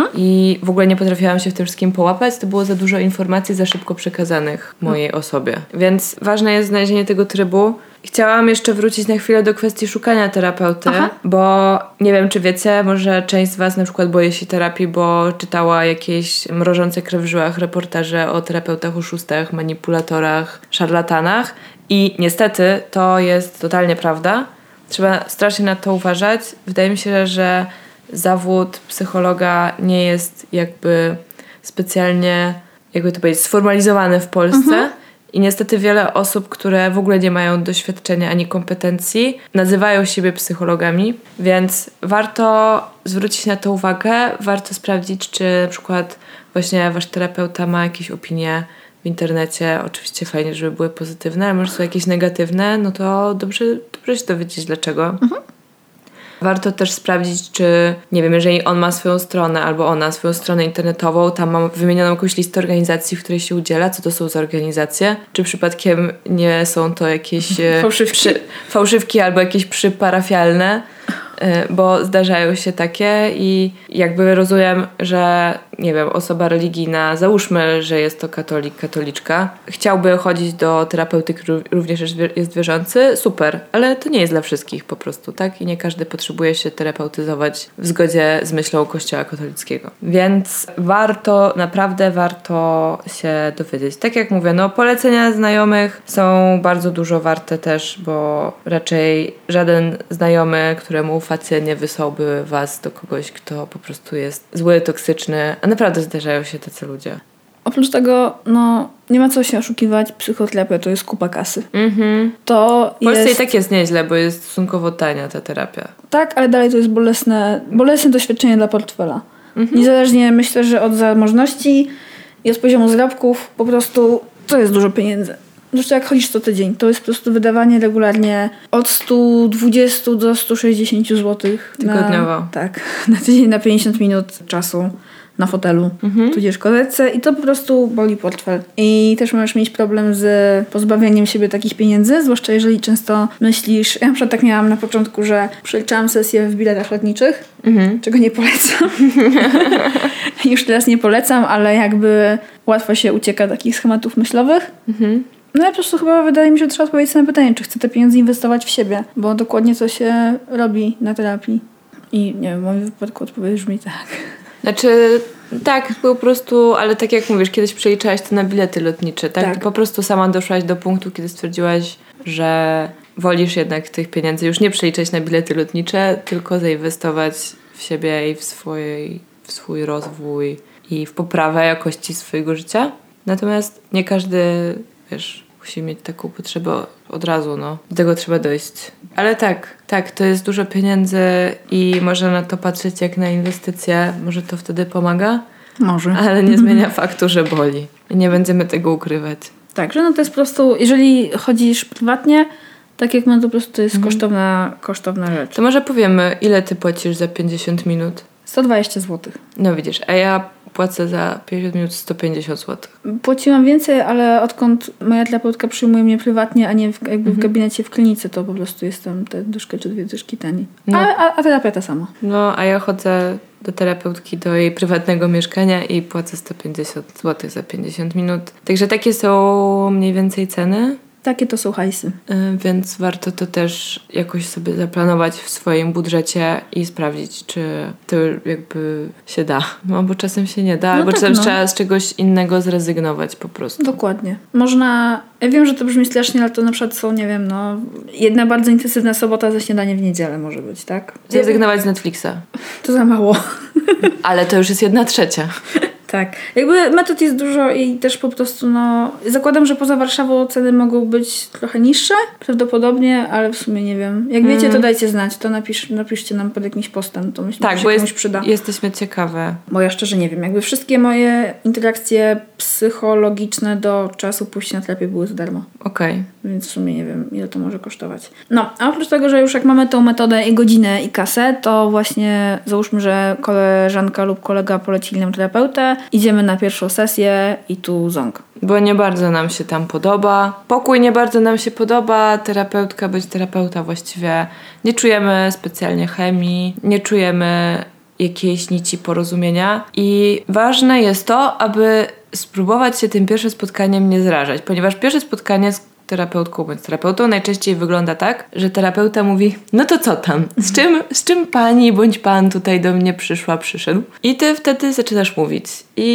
i w ogóle nie potrafiłam się w tym wszystkim połapać. To było za dużo informacji, za szybko przekazanych mojej osobie. Więc ważne jest znalezienie tego trybu. Chciałam jeszcze wrócić na chwilę do kwestii szukania terapeuty, bo nie wiem, czy wiecie, może część z was na przykład boi się terapii, bo czytała jakieś mrożące krew w żyłach reportaże o terapeutach oszustach, manipulatorach, szarlatanach i niestety to jest totalnie prawda. Trzeba strasznie na to uważać. Wydaje mi się, że zawód psychologa nie jest jakby specjalnie, jakby to powiedzieć, sformalizowany w Polsce. I niestety wiele osób, które w ogóle nie mają doświadczenia ani kompetencji, nazywają siebie psychologami, więc warto zwrócić na to uwagę, warto sprawdzić, czy na przykład właśnie wasz terapeuta ma jakieś opinie w internecie. Oczywiście fajnie, żeby były pozytywne, ale może są jakieś negatywne, no to dobrze się dowiedzieć dlaczego. Warto też sprawdzić, czy, nie wiem, jeżeli on ma swoją stronę albo ona swoją stronę internetową, tam mam wymienioną jakąś listę organizacji, w której się udziela, co to są za organizacje, czy przypadkiem nie są to jakieś fałszywki albo jakieś przyparafialne, bo zdarzają się takie i jakby rozumiem, że nie wiem, osoba religijna, załóżmy, że jest to katolik, katoliczka, chciałby chodzić do terapeuty, który również jest wierzący, super, ale to nie jest dla wszystkich po prostu, tak? I nie każdy potrzebuje się terapeutyzować w zgodzie z myślą Kościoła katolickiego. Więc naprawdę warto się dowiedzieć. Tak jak mówię, no polecenia znajomych są bardzo dużo warte też, bo raczej żaden znajomy, któremu ufacie, nie wysłałby was do kogoś, kto po prostu jest zły, toksyczny, a naprawdę zdarzają się tacy ludzie. Oprócz tego, no, nie ma co się oszukiwać, psychoterapia to jest kupa kasy. W Polsce i tak jest nieźle, bo jest stosunkowo tania ta terapia. Tak, ale dalej to jest bolesne doświadczenie dla portfela. Niezależnie, myślę, że od zamożności i od poziomu zarobków, po prostu to jest dużo pieniędzy. Zresztą jak chodzisz co tydzień, to jest po prostu wydawanie regularnie od 120 do 160 zł. Tygodniowo. Na tydzień, na 50 minut czasu na fotelu, tudzież kozetce i to po prostu boli portfel. I też możesz mieć problem z pozbawianiem siebie takich pieniędzy, zwłaszcza jeżeli często myślisz, ja na przykład tak miałam na początku, że przeliczałam sesję w biletach lotniczych, czego nie polecam. Już teraz nie polecam, ale jakby łatwo się ucieka takich schematów myślowych. No ja po prostu chyba wydaje mi się, że trzeba odpowiedzieć na pytanie, czy chcę te pieniądze inwestować w siebie, bo dokładnie co się robi na terapii. I nie wiem, w moim wypadku odpowiedź brzmi tak. Znaczy, tak, po prostu, ale tak jak mówisz, kiedyś przeliczałaś to na bilety lotnicze, tak? Tak. Po prostu sama doszłaś do punktu, kiedy stwierdziłaś, że wolisz jednak tych pieniędzy już nie przeliczać na bilety lotnicze, tylko zainwestować w siebie i w swój rozwój i w poprawę jakości swojego życia. Natomiast nie każdy, musi mieć taką potrzebę od razu, no. Do tego trzeba dojść. Ale tak, to jest dużo pieniędzy i można na to patrzeć jak na inwestycje. Może to wtedy pomaga? Może. Ale nie zmienia faktu, że boli. I nie będziemy tego ukrywać. Tak, że no to jest po prostu, jeżeli chodzisz prywatnie, tak jak to po prostu to jest kosztowna rzecz. To może powiemy, ile ty płacisz za 50 minut 120 zł. No widzisz, a ja płacę za 50 minut 150 zł. Płaciłam więcej, ale odkąd moja terapeutka przyjmuje mnie prywatnie, a nie w gabinecie w klinice, to po prostu jestem te dyszkę czy 2 dyszki taniej. No. A terapia ta sama. No, a ja chodzę do terapeutki, do jej prywatnego mieszkania i płacę 150 zł za 50 minut. Także takie są mniej więcej ceny. Takie to są hajsy. Więc warto to też jakoś sobie zaplanować w swoim budżecie i sprawdzić, czy to jakby się da. No bo czasem się nie da, albo czasem trzeba z czegoś innego zrezygnować po prostu. Dokładnie. Można, ja wiem, że to brzmi strasznie, ale to na przykład są, nie wiem, jedna bardzo intensywna sobota za śniadanie w niedzielę może być, tak? Zrezygnować z Netflixa. To za mało. Ale to już jest 1/3. Tak. Jakby metod jest dużo i też po prostu zakładam, że poza Warszawą ceny mogą być trochę niższe, prawdopodobnie, ale w sumie nie wiem. Jak wiecie, to dajcie znać, to napiszcie nam pod jakimś postem, to myślę, że się komuś przyda. Jesteśmy ciekawe. Bo ja szczerze nie wiem, jakby wszystkie moje interakcje psychologiczne do czasu pójścia na terapię były za darmo. Okej. Więc w sumie nie wiem, ile to może kosztować. No, a oprócz tego, że już jak mamy tą metodę i godzinę i kasę, to właśnie załóżmy, że koleżanka lub kolega polecili nam terapeutę, idziemy na pierwszą sesję i tu ząg. Bo nie bardzo nam się tam podoba. Pokój nie bardzo nam się podoba. Terapeutka bądź terapeuta właściwie nie czujemy specjalnie chemii, nie czujemy jakiejś nici porozumienia i ważne jest to, aby spróbować się tym pierwszym spotkaniem nie zrażać, ponieważ pierwsze spotkanie z terapeutką bądź terapeutą najczęściej wygląda tak, że terapeuta mówi, no to co tam? Z czym pani bądź pan tutaj do mnie przyszedł? I ty wtedy zaczynasz mówić.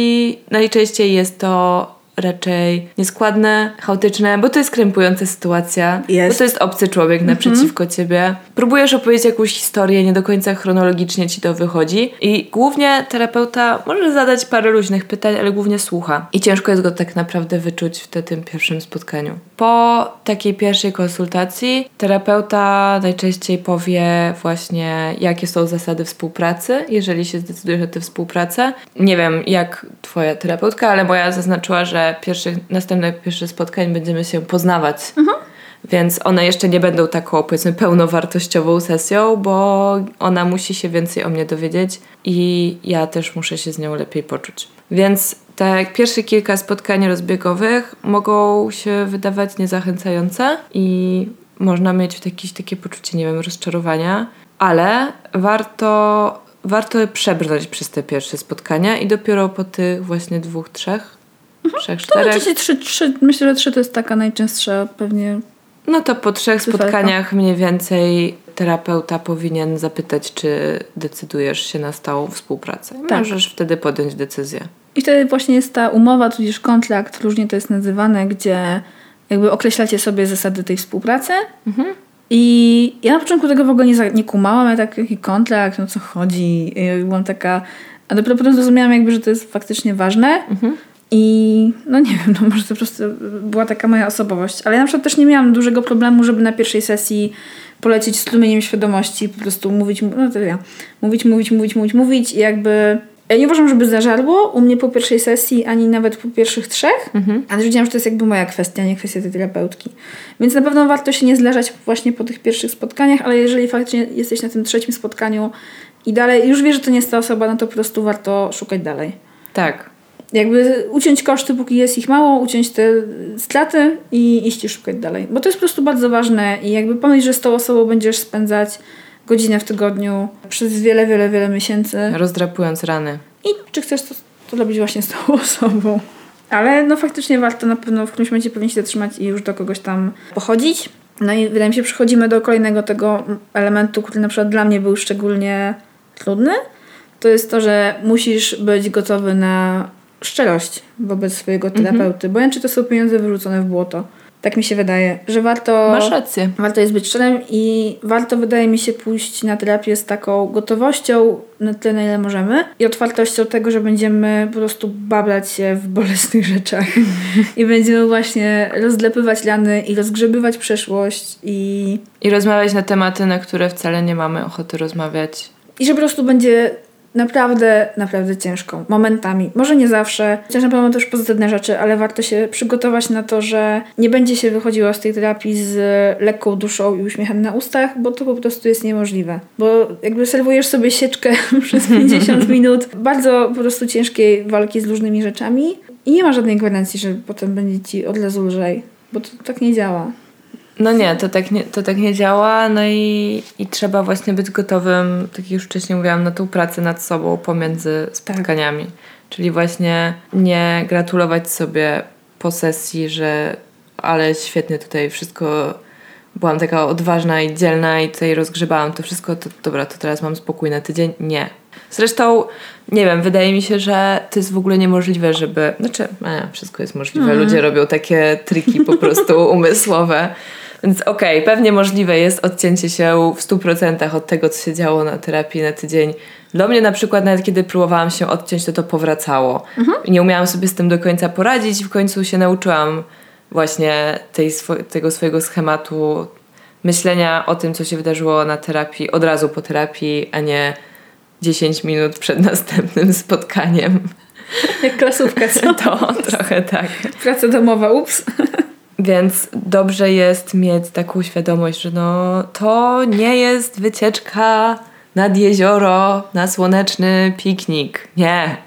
I najczęściej jest to raczej nieskładne, chaotyczne, bo to jest krępująca sytuacja, bo to jest obcy człowiek naprzeciwko ciebie. Próbujesz opowiedzieć jakąś historię, nie do końca chronologicznie ci to wychodzi i głównie terapeuta może zadać parę luźnych pytań, ale głównie słucha. I ciężko jest go tak naprawdę wyczuć w tym pierwszym spotkaniu. Po takiej pierwszej konsultacji terapeuta najczęściej powie właśnie, jakie są zasady współpracy, jeżeli się zdecydujesz na tę współpracę. Nie wiem, jak twoja terapeutka, ale moja zaznaczyła, że następnych pierwszych spotkań będziemy się poznawać. Więc one jeszcze nie będą taką, powiedzmy, pełnowartościową sesją, bo ona musi się więcej o mnie dowiedzieć i ja też muszę się z nią lepiej poczuć. Więc te pierwsze kilka spotkań rozbiegowych mogą się wydawać niezachęcające i można mieć jakieś takie poczucie, nie wiem, rozczarowania, ale warto przebrnąć przez te pierwsze spotkania i dopiero po tych właśnie 2, 3, 4. To oczywiście 3, myślę, że 3 to jest taka najczęstsza pewnie. No to po 3 spotkaniach mniej więcej terapeuta powinien zapytać, czy decydujesz się na stałą współpracę. Tak. Możesz wtedy podjąć decyzję. I wtedy właśnie jest ta umowa, tudzież kontrakt, różnie to jest nazywane, gdzie jakby określacie sobie zasady tej współpracy. I ja na początku tego w ogóle nie kumałam, ja taki kontrakt, co chodzi. I byłam taka, a dopiero potem zrozumiałam jakby, że to jest faktycznie ważne. I nie wiem, może to po prostu była taka moja osobowość. Ale ja na przykład też nie miałam dużego problemu, żeby na pierwszej sesji polecieć strumieniem świadomości, po prostu mówić i jakby... Ja nie uważam, żeby zażarło u mnie po pierwszej sesji, ani nawet po pierwszych 3, ale wiedziałam, że to jest jakby moja kwestia, nie kwestia tej terapeutki. Więc na pewno warto się nie zleżać właśnie po tych pierwszych spotkaniach, ale jeżeli faktycznie jesteś na tym 3 spotkaniu i dalej już wiesz, że to nie jest ta osoba, no to po prostu warto szukać dalej. Tak. Jakby uciąć koszty, póki jest ich mało, uciąć te straty i iść i szukać dalej. Bo to jest po prostu bardzo ważne i jakby pomyśl, że z tą osobą będziesz spędzać godzinę w tygodniu przez wiele, wiele, wiele miesięcy. Rozdrapując rany. I czy chcesz to robić właśnie z tą osobą. Ale faktycznie warto na pewno w którymś momencie powinien się zatrzymać i już do kogoś tam pochodzić. No i wydaje mi się, przechodzimy do kolejnego tego elementu, który na przykład dla mnie był szczególnie trudny. To jest to, że musisz być gotowy na szczerość wobec swojego terapeuty, bo inaczej to są pieniądze wyrzucone w błoto. Tak mi się wydaje, że warto... Masz rację. Warto jest być szczerym i warto, wydaje mi się, pójść na terapię z taką gotowością na tyle, na ile możemy i otwartością tego, że będziemy po prostu babrać się w bolesnych rzeczach i będziemy właśnie rozdlepywać rany i rozgrzebywać przeszłość i rozmawiać na tematy, na które wcale nie mamy ochoty rozmawiać. że po prostu będzie naprawdę, naprawdę ciężką. Momentami. Może nie zawsze. Chociaż na pewno też pozytywne rzeczy, ale warto się przygotować na to, że nie będzie się wychodziło z tej terapii z lekką duszą i uśmiechem na ustach, bo to po prostu jest niemożliwe. Bo jakby serwujesz sobie sieczkę przez 50 minut bardzo po prostu ciężkiej walki z różnymi rzeczami i nie ma żadnej gwarancji, że potem będzie ci od razu lżej. Bo to tak nie działa. No nie, to tak nie działa, no i trzeba właśnie być gotowym, tak jak już wcześniej mówiłam, na tą pracę nad sobą pomiędzy spotkaniami. Tak. Czyli właśnie nie gratulować sobie po sesji, że ale świetnie tutaj wszystko, byłam taka odważna i dzielna i tutaj rozgrzebałam to wszystko, to dobra, to teraz mam spokój na tydzień. Nie. Zresztą, nie wiem, wydaje mi się, że to jest w ogóle niemożliwe, żeby... wszystko jest możliwe. Ludzie robią takie triki po prostu umysłowe. Więc okej, pewnie możliwe jest odcięcie się w 100% od tego, co się działo na terapii na tydzień. Do mnie na przykład nawet kiedy próbowałam się odciąć, to powracało. Nie umiałam sobie z tym do końca poradzić i w końcu się nauczyłam właśnie tego swojego schematu myślenia o tym, co się wydarzyło na terapii od razu po terapii, a nie 10 minut przed następnym spotkaniem. Jak klasówka, co? To trochę tak. Praca domowa, ups. Więc dobrze jest mieć taką świadomość, że to nie jest wycieczka nad jezioro na słoneczny piknik. Nie.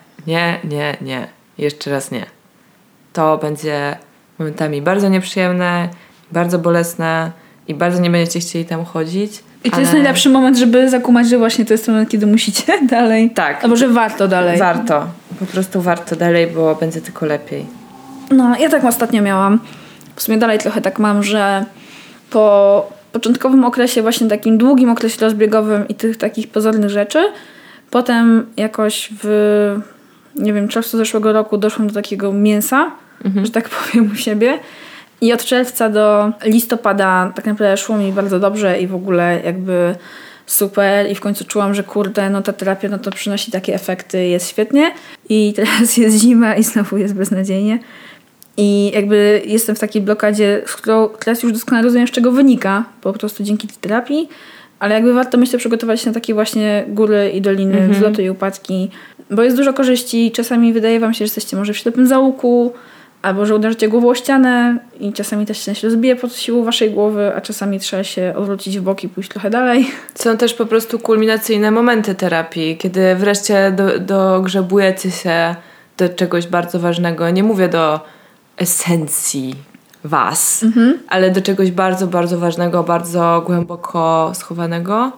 Jeszcze raz nie. To będzie momentami bardzo nieprzyjemne, bardzo bolesne i bardzo nie będziecie chcieli tam chodzić. I to jest najlepszy moment, żeby zakumać, że właśnie to jest ten moment, kiedy musicie dalej. Tak. Albo że warto dalej. Warto. Po prostu warto dalej, bo będzie tylko lepiej. No, ja tak ostatnio miałam. W sumie dalej trochę tak mam, że po początkowym okresie, właśnie takim długim okresie rozbiegowym i tych takich pozornych rzeczy, potem jakoś w, czerwcu zeszłego roku doszłam do takiego mięsa, że tak powiem u siebie. I od czerwca do listopada tak naprawdę szło mi bardzo dobrze i w ogóle jakby super i w końcu czułam, że kurde, ta terapia to przynosi takie efekty, jest świetnie i teraz jest zima i znowu jest beznadziejnie. I jakby jestem w takiej blokadzie, z którą teraz już doskonale rozumiem, z czego wynika, po prostu dzięki tej terapii, ale jakby warto, myślę, przygotować się na takie właśnie góry i doliny, wzloty i upadki, bo jest dużo korzyści. Czasami wydaje wam się, że jesteście może w ślepym zaułku, albo że uderzycie głową o ścianę i czasami też się rozbije pod siłą waszej głowy, a czasami trzeba się odwrócić w bok i pójść trochę dalej. Są też po prostu kulminacyjne momenty terapii, kiedy wreszcie dogrzebujecie się do czegoś bardzo ważnego. Nie mówię do esencji was, ale do czegoś bardzo, bardzo ważnego, bardzo głęboko schowanego.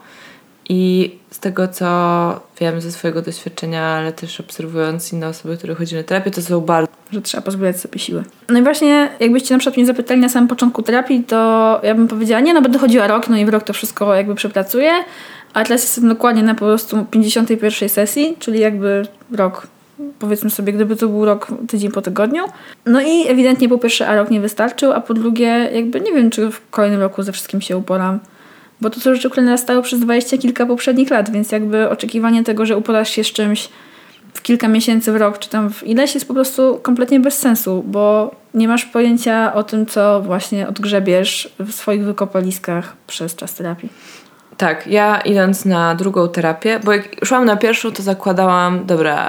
I z tego, co wiem ze swojego doświadczenia, ale też obserwując inne osoby, które chodzą na terapię, to są bardzo... Że trzeba pozbierać sobie siły. No i właśnie, jakbyście na przykład mnie zapytali na samym początku terapii, to ja bym powiedziała, będę chodziła rok, i w rok to wszystko jakby przepracuję, a teraz jestem dokładnie na po prostu 51 sesji, czyli jakby rok, powiedzmy sobie, gdyby to był rok tydzień po tygodniu. No i ewidentnie po pierwsze, rok nie wystarczył, a po drugie, jakby nie wiem, czy w kolejnym roku ze wszystkim się uporam. Bo to są rzeczy, które narastały przez 20 kilka poprzednich lat, więc jakby oczekiwanie tego, że uporasz się z czymś w kilka miesięcy, w rok, czy tam w ileś jest po prostu kompletnie bez sensu, bo nie masz pojęcia o tym, co właśnie odgrzebiesz w swoich wykopaliskach przez czas terapii. Tak, ja idąc na drugą terapię, bo jak szłam na pierwszą, to zakładałam,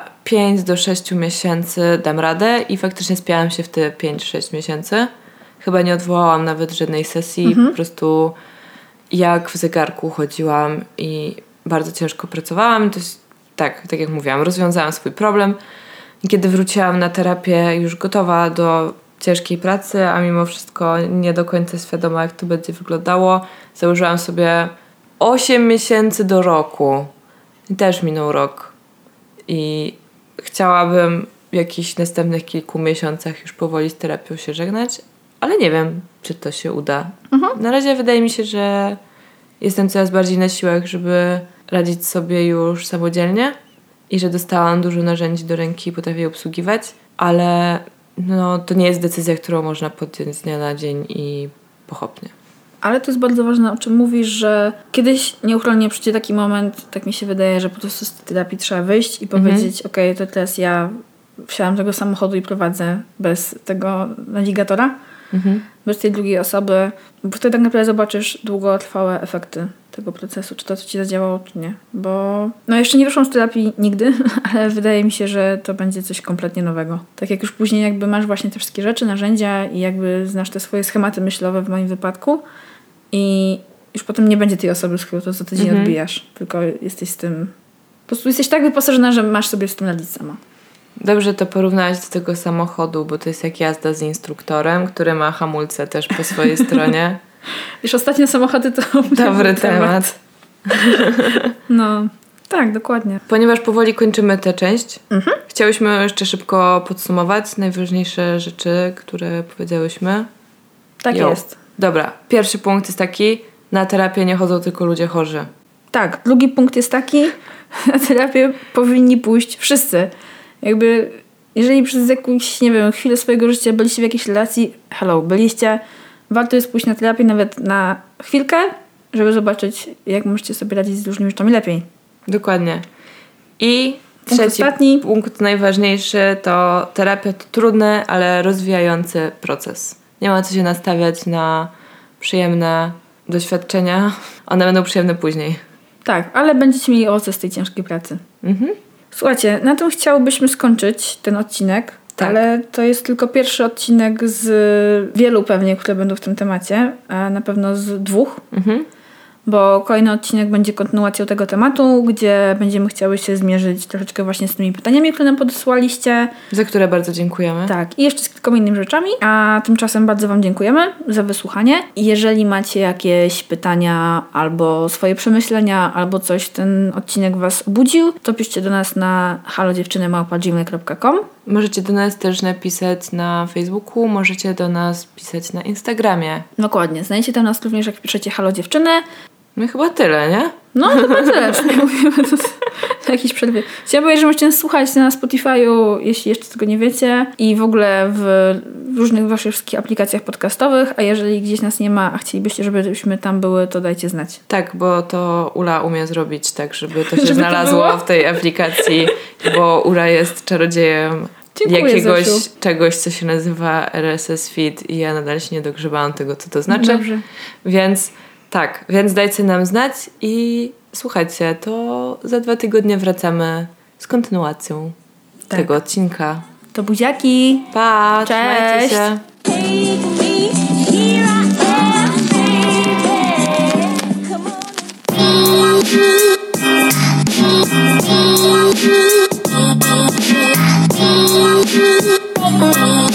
5 do 6 miesięcy dam radę i faktycznie spiałam się w te 5-6 miesięcy. Chyba nie odwołałam nawet żadnej sesji, po prostu jak w zegarku chodziłam i bardzo ciężko pracowałam. To jest, tak jak mówiłam, rozwiązałam swój problem. I kiedy wróciłam na terapię już gotowa do ciężkiej pracy, a mimo wszystko nie do końca świadoma, jak to będzie wyglądało, założyłam sobie 8 miesięcy do roku. I też minął rok. I chciałabym w jakichś następnych kilku miesiącach już powoli z terapią się żegnać, ale nie wiem, czy to się uda. Na razie wydaje mi się, że jestem coraz bardziej na siłach, żeby radzić sobie już samodzielnie i że dostałam dużo narzędzi do ręki i potrafię je obsługiwać, ale to nie jest decyzja, którą można podjąć z dnia na dzień i pochopnie. Ale to jest bardzo ważne, o czym mówisz, że kiedyś nieuchronnie przyjdzie taki moment, tak mi się wydaje, że po prostu z tej terapii trzeba wyjść i powiedzieć, okej, to teraz ja wsiadam do tego samochodu i prowadzę bez tego nawigatora, bez tej drugiej osoby, bo wtedy tak naprawdę zobaczysz długotrwałe efekty tego procesu, czy to ci zadziałało, czy nie. Bo no jeszcze nie wyszłam z terapii nigdy, ale wydaje mi się, że to będzie coś kompletnie nowego. Tak jak już później jakby masz właśnie te wszystkie rzeczy, narzędzia i jakby znasz te swoje schematy myślowe w moim wypadku i już potem nie będzie tej osoby, z którą to co tydzień odbijasz, tylko jesteś z tym... Po prostu jesteś tak wyposażona, że masz sobie z tym radzić sama. Dobrze to porównałaś do tego samochodu, bo to jest jak jazda z instruktorem, który ma hamulce też po swojej stronie. Wiesz, ostatnio samochody to... Dobry temat. No, tak, dokładnie. Ponieważ powoli kończymy tę część, chciałyśmy jeszcze szybko podsumować najważniejsze rzeczy, które powiedziałyśmy. Tak jest. Dobra, pierwszy punkt jest taki, na terapię nie chodzą tylko ludzie chorzy. Tak, drugi punkt jest taki, na terapię powinni pójść wszyscy. Jakby, jeżeli przez jakąś, nie wiem, chwilę swojego życia byliście w jakiejś relacji, byliście, warto jest pójść na terapię nawet na chwilkę, żeby zobaczyć, jak możecie sobie radzić z różnymi rzeczami lepiej. Dokładnie. I Punkt trzeci ostatni. punkt najważniejszy to terapia to trudny, ale rozwijający proces. Nie ma co się nastawiać na przyjemne doświadczenia. One będą przyjemne później. Tak, ale będziecie mieli owoce z tej ciężkiej pracy. Słuchajcie, na tym chciałbyśmy skończyć ten odcinek, ale to jest tylko pierwszy odcinek z wielu pewnie, które będą w tym temacie, a na pewno z 2. Bo kolejny odcinek będzie kontynuacją tego tematu, gdzie będziemy chciały się zmierzyć troszeczkę właśnie z tymi pytaniami, które nam podesłaliście. Za które bardzo dziękujemy. Tak, i jeszcze z kilkoma innymi rzeczami. A tymczasem bardzo wam dziękujemy za wysłuchanie. Jeżeli macie jakieś pytania albo swoje przemyślenia, albo coś ten odcinek was obudził, to piszcie do nas na halodziewczyny@gmail.com. Możecie do nas też napisać na Facebooku, możecie do nas pisać na Instagramie. Dokładnie, znajdziecie tam nas również, jak piszecie Halo Dziewczyny. No i chyba tyle, nie? No chyba tyle, mówimy to w jakiejś przerwie. Chciałam powiedzieć, że możecie nas słuchać na Spotify'u, jeśli jeszcze tego nie wiecie, i w ogóle w różnych waszych wszystkich aplikacjach podcastowych, a jeżeli gdzieś nas nie ma, a chcielibyście, żebyśmy tam były, to dajcie znać. Tak, bo to Ula umie zrobić tak, żeby to się Żeby to znalazło było? w tej aplikacji, bo Ula jest czarodziejem Dziękuję, jakiegoś Zosiu. czegoś, co się nazywa RSS Feed i ja nadal się nie dogrzebałam tego, co to znaczy. Dobrze. Więc dajcie nam znać i słuchajcie, to za 2 tygodnie wracamy z kontynuacją tego odcinka. To buziaki! Pa! Trzymajcie Cześć! się! Come on.